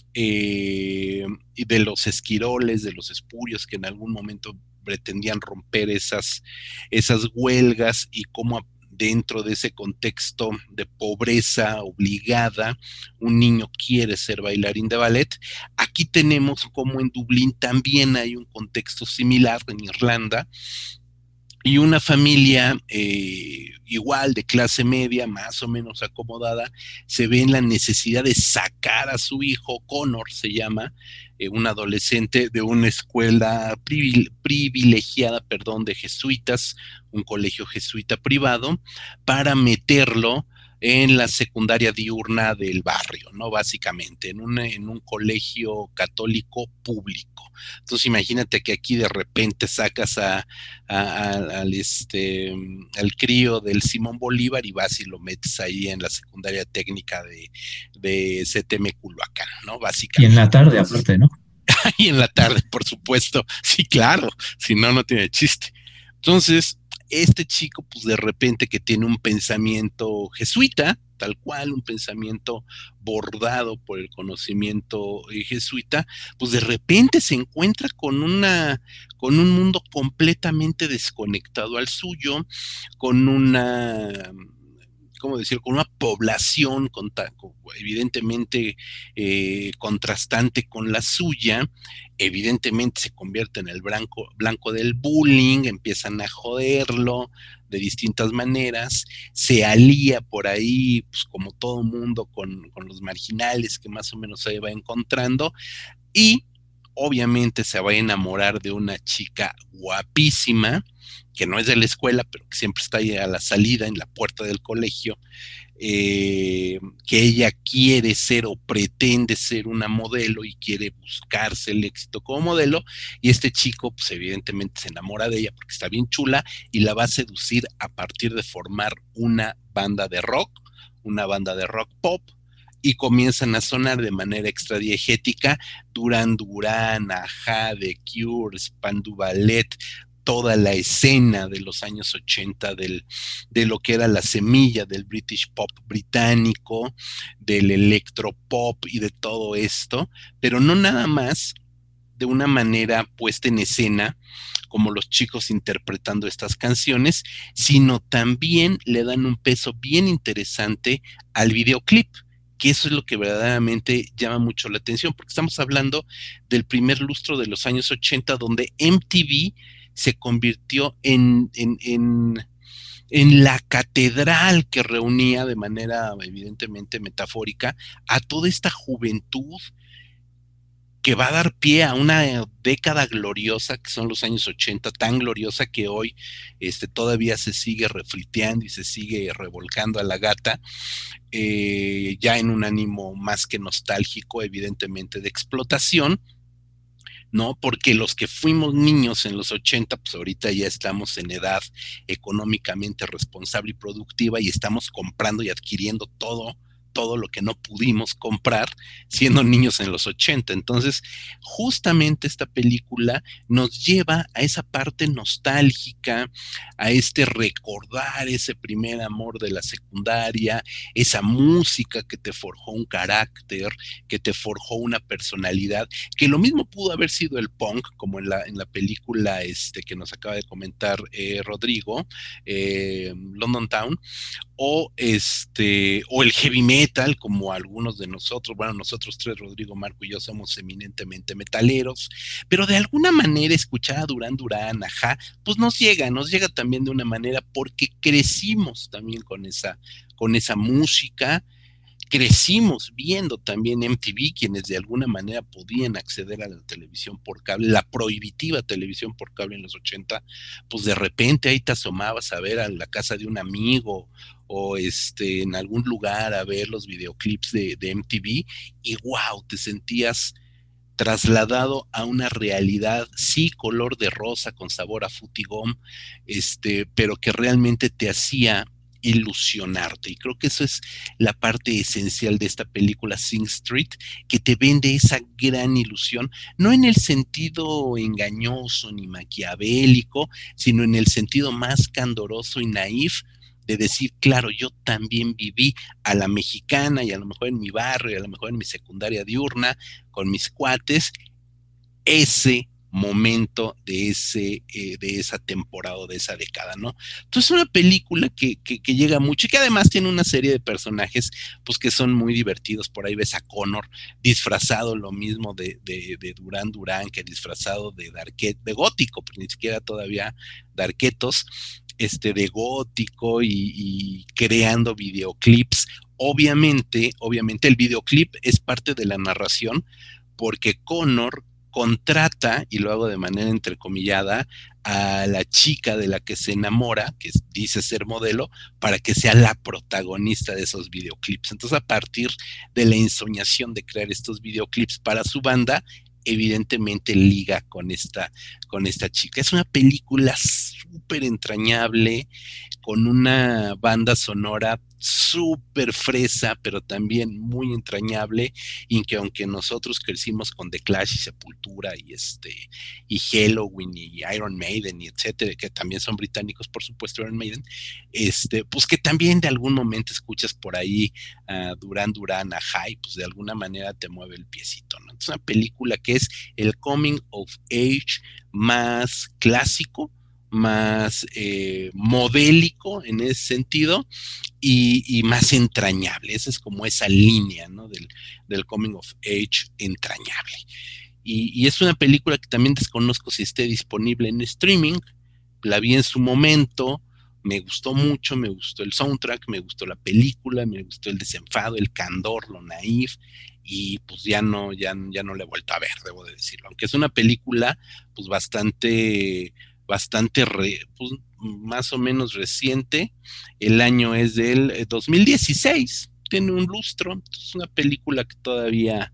eh, y de los esquiroles, de los espurios que en algún momento pretendían romper esas, esas huelgas, y cómo dentro de ese contexto de pobreza obligada, un niño quiere ser bailarín de ballet. Aquí tenemos como en Dublín también hay un contexto similar, en Irlanda, y una familia eh, igual de clase media, más o menos acomodada, se ve en la necesidad de sacar a su hijo, Connor se llama, eh, un adolescente de una escuela privile privilegiada, perdón, de jesuitas, un colegio jesuita privado, para meterlo en la secundaria diurna del barrio, ¿no? Básicamente, en un, en un colegio católico público. Entonces imagínate que aquí de repente sacas a, a, a, al, este, al crío del Simón Bolívar y vas y lo metes ahí en la secundaria técnica de, de C T M Culhuacán, ¿no? Básicamente. Y en la tarde, aparte, ¿no? Y en la tarde, por supuesto. Sí, claro. Si no, no tiene chiste. Entonces, este chico, pues de repente que tiene un pensamiento jesuita, tal cual, un pensamiento bordado por el conocimiento eh, jesuita, pues de repente se encuentra con una, con un mundo completamente desconectado al suyo, con una, ¿cómo decir? Con una población con, con, evidentemente eh, contrastante con la suya. Evidentemente se convierte en el blanco, blanco del bullying, empiezan a joderlo de distintas maneras, se alía por ahí, pues como todo mundo, con, con los marginales que más o menos se va encontrando, y obviamente se va a enamorar de una chica guapísima, que no es de la escuela, pero que siempre está ahí a la salida, en la puerta del colegio, eh, que ella quiere ser o pretende ser una modelo y quiere buscarse el éxito como modelo, y este chico pues evidentemente se enamora de ella porque está bien chula y la va a seducir a partir de formar una banda de rock, una banda de rock pop, y comienzan a sonar de manera extradiegética Duran Duran, Ajá, The Cure, Spandau Ballet, toda la escena de los años ochenta del, de lo que era la semilla del British pop británico, del electropop y de todo esto, pero no nada más de una manera puesta en escena como los chicos interpretando estas canciones, sino también le dan un peso bien interesante al videoclip, que eso es lo que verdaderamente llama mucho la atención, porque estamos hablando del primer lustro de los años ochenta, donde M T V se convirtió en, en, en, en la catedral que reunía de manera evidentemente metafórica a toda esta juventud que va a dar pie a una década gloriosa, que son los años ochenta, tan gloriosa que hoy este, todavía se sigue refliteando y se sigue revolcando a la gata, eh, ya en un ánimo más que nostálgico, evidentemente de explotación, ¿no? Porque los que fuimos niños en los ochenta, pues ahorita ya estamos en edad económicamente responsable y productiva y estamos comprando y adquiriendo todo, todo lo que no pudimos comprar siendo niños en los ochenta. Entonces, justamente esta película nos lleva a esa parte nostálgica, a este recordar ese primer amor de la secundaria, esa música que te forjó un carácter, que te forjó una personalidad, que lo mismo pudo haber sido el punk, como en la, en la película este, que nos acaba de comentar eh, Rodrigo, eh, London Town, o este, o el heavy metal, como algunos de nosotros, bueno, nosotros tres, Rodrigo, Marco y yo, somos eminentemente metaleros, pero de alguna manera escuchar a Duran Duran, Ajá, pues nos llega, nos llega también de una manera porque crecimos también con esa, con esa música, crecimos viendo también M T V, quienes de alguna manera podían acceder a la televisión por cable, la prohibitiva televisión por cable en los ochenta, pues de repente ahí te asomabas a ver a la casa de un amigo o este, en algún lugar a ver los videoclips de, de M T V y wow, te sentías trasladado a una realidad, sí, color de rosa con sabor a futigom, este, pero que realmente te hacía ilusionarte, y creo que eso es la parte esencial de esta película Sing Street, que te vende esa gran ilusión, no en el sentido engañoso ni maquiavélico, sino en el sentido más candoroso y naif de decir, claro, yo también viví a la mexicana y a lo mejor en mi barrio, y a lo mejor en mi secundaria diurna, con mis cuates, ese momento de ese eh, de esa temporada, de esa década, ¿no? Entonces es una película que, que, que llega mucho y que además tiene una serie de personajes pues que son muy divertidos. Por ahí ves a Connor disfrazado lo mismo de, de, de Durán Durán, que disfrazado de Darket, de gótico, porque ni siquiera todavía Darketos, este de gótico y, y creando videoclips. Obviamente, obviamente el videoclip es parte de la narración porque Connor contrata, y lo hago de manera entrecomillada, a la chica de la que se enamora, que dice ser modelo, para que sea la protagonista de esos videoclips. Entonces, a partir de la ensoñación de crear estos videoclips para su banda, evidentemente liga con esta, con esta chica. Es una película súper entrañable, con una banda sonora súper fresa, pero también muy entrañable, y que aunque nosotros crecimos con The Clash y Sepultura y este y Halloween y Iron Maiden y etcétera, que también son británicos, por supuesto, Iron Maiden, este, pues que también de algún momento escuchas por ahí a uh, Durán Durán, a High, pues de alguna manera te mueve el piecito, ¿no? Es una película que es el coming of age más clásico, más eh, modélico en ese sentido y, y más entrañable. Esa es como esa línea, ¿no? del, del coming of age entrañable. Y, y es una película que también desconozco si esté disponible en streaming. La vi en su momento, me gustó mucho, me gustó el soundtrack, me gustó la película, me gustó el desenfado, el candor, lo naif, y pues ya no, ya, ya no la he vuelto a ver, debo de decirlo. Aunque es una película pues bastante... bastante re, pues, más o menos reciente. El año es del dos mil dieciséis, tiene un lustro. Es una película que todavía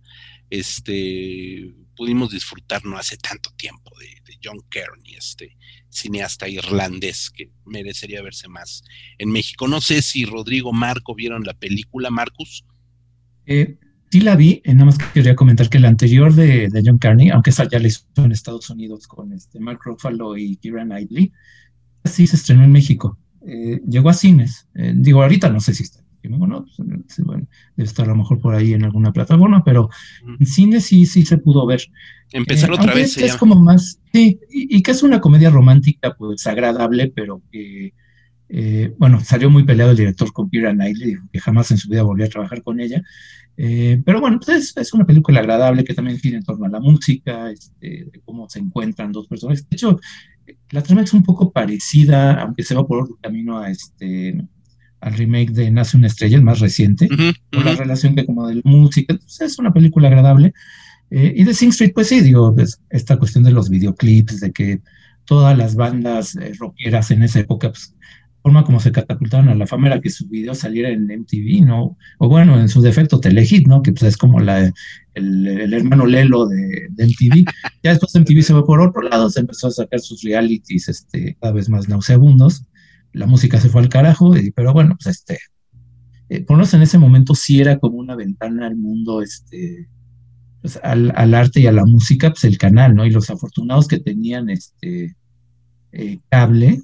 este, pudimos disfrutar no hace tanto tiempo, de, de John Kearney, este cineasta irlandés que merecería verse más en México. No sé si Rodrigo, Marco vieron la película. Marcus. Eh, sí la vi, eh, nada más que quería comentar que la anterior de, de John Kearney, aunque esa ya la hizo en Estados Unidos con este Mark Ruffalo y Keira Knightley, sí se estrenó en México. Eh, llegó a cines. Eh, digo, ahorita no sé si está. ¿No? Bueno, debe estar a lo mejor por ahí en alguna plataforma, pero en cine sí, sí se pudo ver. Empezar eh, otra vez. Es llama. Como más, sí, y, y que es una comedia romántica, pues agradable, pero que, eh, bueno, salió muy peleado el director con Keira Knightley, que jamás en su vida volvió a trabajar con ella. Eh, pero bueno, pues es, es una película agradable que también gira en torno a la música, este, de cómo se encuentran dos personas. De hecho, la trama es un poco parecida, aunque se va por otro camino a este. al remake de Nace una estrella, el más reciente, uh-huh, por uh-huh. la relación que como de la música, pues es una película agradable. Eh, y de Sing Street, pues sí, digo, pues, esta cuestión de los videoclips, de que todas las bandas eh, rockeras en esa época, pues, forma como se catapultaron a la fama era que su video saliera en M T V, ¿no? O bueno, en su defecto Telehit, ¿no? Que pues es como la, el, el hermano Lelo de, de M T V. Ya después M T V se fue por otro lado, se empezó a sacar sus realities este, cada vez más nauseabundos. La música se fue al carajo, y, pero bueno, pues este, eh, por lo menos en ese momento sí era como una ventana al mundo, este, pues, al, al arte y a la música, pues el canal, ¿no? Y los afortunados que tenían este eh, cable,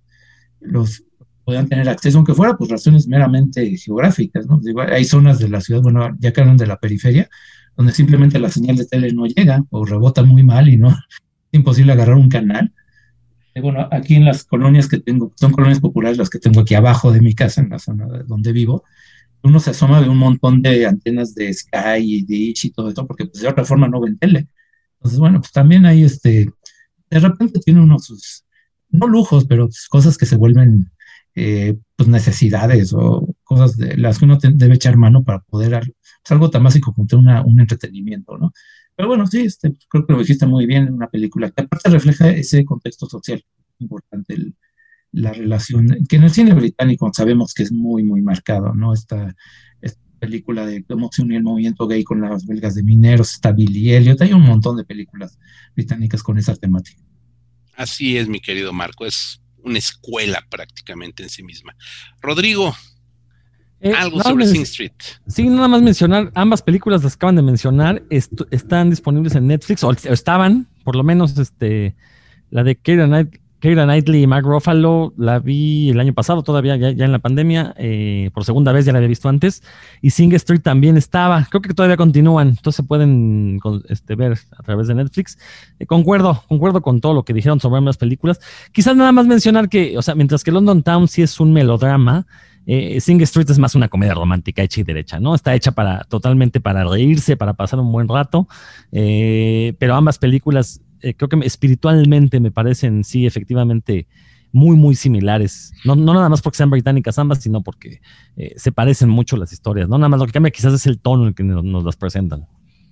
los podían tener acceso, aunque fuera por razones meramente geográficas, ¿no? Digo, hay zonas de la ciudad, bueno, ya que hablan de la periferia, donde simplemente la señal de tele no llega, o rebota muy mal y no es imposible agarrar un canal. Bueno, aquí en las colonias que tengo, son colonias populares las que tengo aquí abajo de mi casa, en la zona donde vivo, uno se asoma de un montón de antenas de Sky y Dish y todo esto, porque pues de otra forma no ven tele. Entonces, bueno, pues también hay este, de repente tiene uno sus, no lujos, pero pues, cosas que se vuelven eh, pues necesidades o cosas de las que uno te, debe echar mano para poder, pues algo tan básico como tener una, un entretenimiento, ¿no? Pero bueno, sí, este, creo que lo dijiste muy bien en una película que aparte refleja ese contexto social importante, el, la relación, que en el cine británico sabemos que es muy, muy marcado, ¿no? Esta, esta película de cómo se unió el movimiento gay con las huelgas de mineros, está Billy Elliot, hay un montón de películas británicas con esa temática. Así es, mi querido Marco, es una escuela prácticamente en sí misma. Rodrigo, Eh, algo sobre Sing Street. Sí, nada más mencionar, ambas películas las acaban de mencionar, est- están disponibles en Netflix, o estaban, por lo menos este, la de Keira Knight- Keira Knightley y Mark Ruffalo la vi el año pasado, todavía ya, ya en la pandemia, eh, por segunda vez, ya la había visto antes, y Sing Street también estaba, creo que todavía continúan, entonces se pueden este, ver a través de Netflix. Eh, concuerdo, concuerdo con todo lo que dijeron sobre ambas películas. Quizás nada más mencionar que, o sea, mientras que London Town sí es un melodrama, eh, Sing Street es más una comedia romántica hecha y derecha, ¿no? Está hecha para totalmente para reírse, para pasar un buen rato, eh, pero ambas películas Eh, creo que espiritualmente me parecen, sí, efectivamente, muy, muy similares. No, no nada más porque sean británicas ambas, sino porque eh, se parecen mucho las historias, ¿no? Nada más lo que cambia quizás es el tono en el que nos, nos las presentan.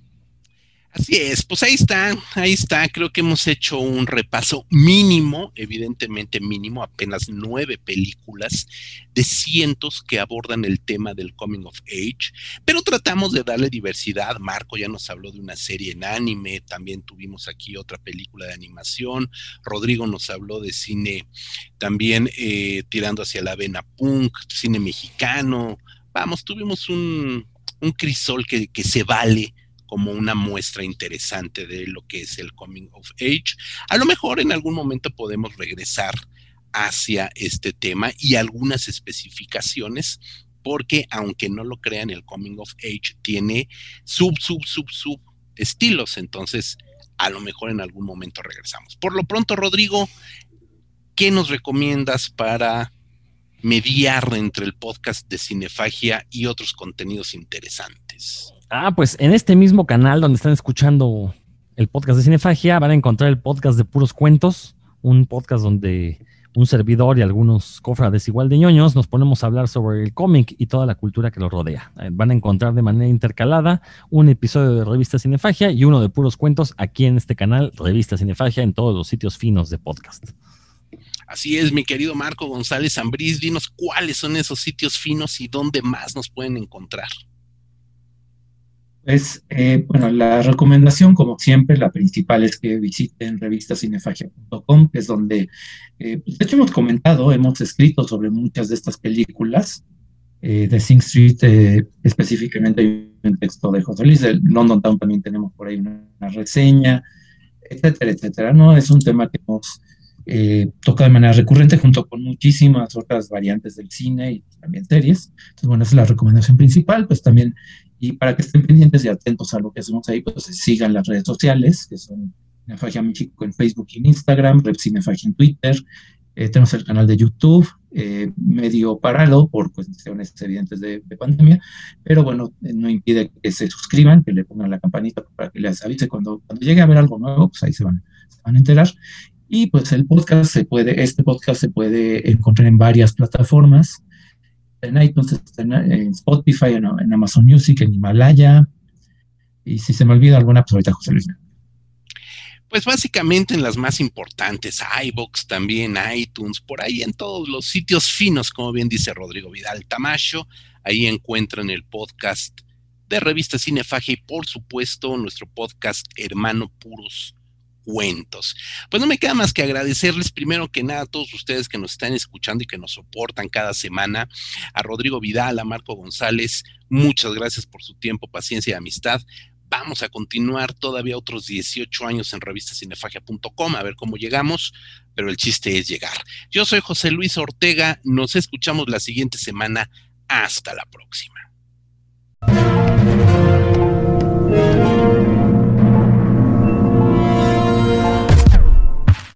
Así es, pues ahí está, ahí está, creo que hemos hecho un repaso mínimo, evidentemente mínimo, apenas nueve películas de cientos que abordan el tema del coming of age, pero tratamos de darle diversidad. Marco ya nos habló de una serie en anime, también tuvimos aquí otra película de animación, Rodrigo nos habló de cine también eh, tirando hacia la vena punk, cine mexicano, vamos, tuvimos un, un crisol que, que se vale como una muestra interesante de lo que es el coming of age. A lo mejor en algún momento podemos regresar hacia este tema y algunas especificaciones, porque aunque no lo crean, el coming of age tiene sub, sub, sub, sub estilos, entonces a lo mejor en algún momento regresamos. Por lo pronto, Rodrigo, ¿qué nos recomiendas para mediar entre el podcast de Cinefagia y otros contenidos interesantes? Ah, pues en este mismo canal donde están escuchando el podcast de Cinefagia van a encontrar el podcast de Puros Cuentos, un podcast donde un servidor y algunos cofrades igual de ñoños nos ponemos a hablar sobre el cómic y toda la cultura que lo rodea. Van a encontrar de manera intercalada un episodio de Revista Cinefagia y uno de Puros Cuentos aquí en este canal, Revista Cinefagia, en todos los sitios finos de podcast. Así es, mi querido Marco González Ambriz, dinos cuáles son esos sitios finos y dónde más nos pueden encontrar. Pues, eh, bueno, la recomendación, como siempre, la principal es que visiten revista cinefagia punto com, que es donde, eh, pues, de hecho, hemos comentado, hemos escrito sobre muchas de estas películas. Eh, de Sing Street, eh, específicamente hay un texto de José Luis, de London Town también tenemos por ahí una, una reseña, etcétera, etcétera, ¿no? Es un tema que hemos eh, tocado de manera recurrente junto con muchísimas otras variantes del cine y también series. Entonces, bueno, esa es la recomendación principal, pues también. Y para que estén pendientes y atentos a lo que hacemos ahí, pues sigan las redes sociales, que son Cinefagia México en Facebook y en Instagram, Rep Cinefagia en Twitter. Eh, tenemos el canal de YouTube, eh, medio parado por cuestiones evidentes de, de pandemia, pero bueno, eh, no impide que se suscriban, que le pongan la campanita para que les avise cuando, cuando llegue a ver algo nuevo, pues ahí se van, se van a enterar. Y pues el podcast se puede, este podcast se puede encontrar en varias plataformas. En iTunes, está en, en Spotify, en, en Amazon Music, en Himalaya, y si se me olvida alguna, pues ahorita José Luis. Pues básicamente en las más importantes, iVoox, también iTunes, por ahí en todos los sitios finos, como bien dice Rodrigo Vidal Tamayo, ahí encuentran el podcast de Revista Cinefagia y por supuesto nuestro podcast hermano Puros Cuentos. Pues no me queda más que agradecerles primero que nada a todos ustedes que nos están escuchando y que nos soportan cada semana, a Rodrigo Vidal, a Marco González, muchas gracias por su tiempo, paciencia y amistad. Vamos a continuar todavía otros dieciocho años en revista cinefagia punto com, a ver cómo llegamos, pero el chiste es llegar. Yo soy José Luis Ortega, nos escuchamos la siguiente semana, hasta la próxima.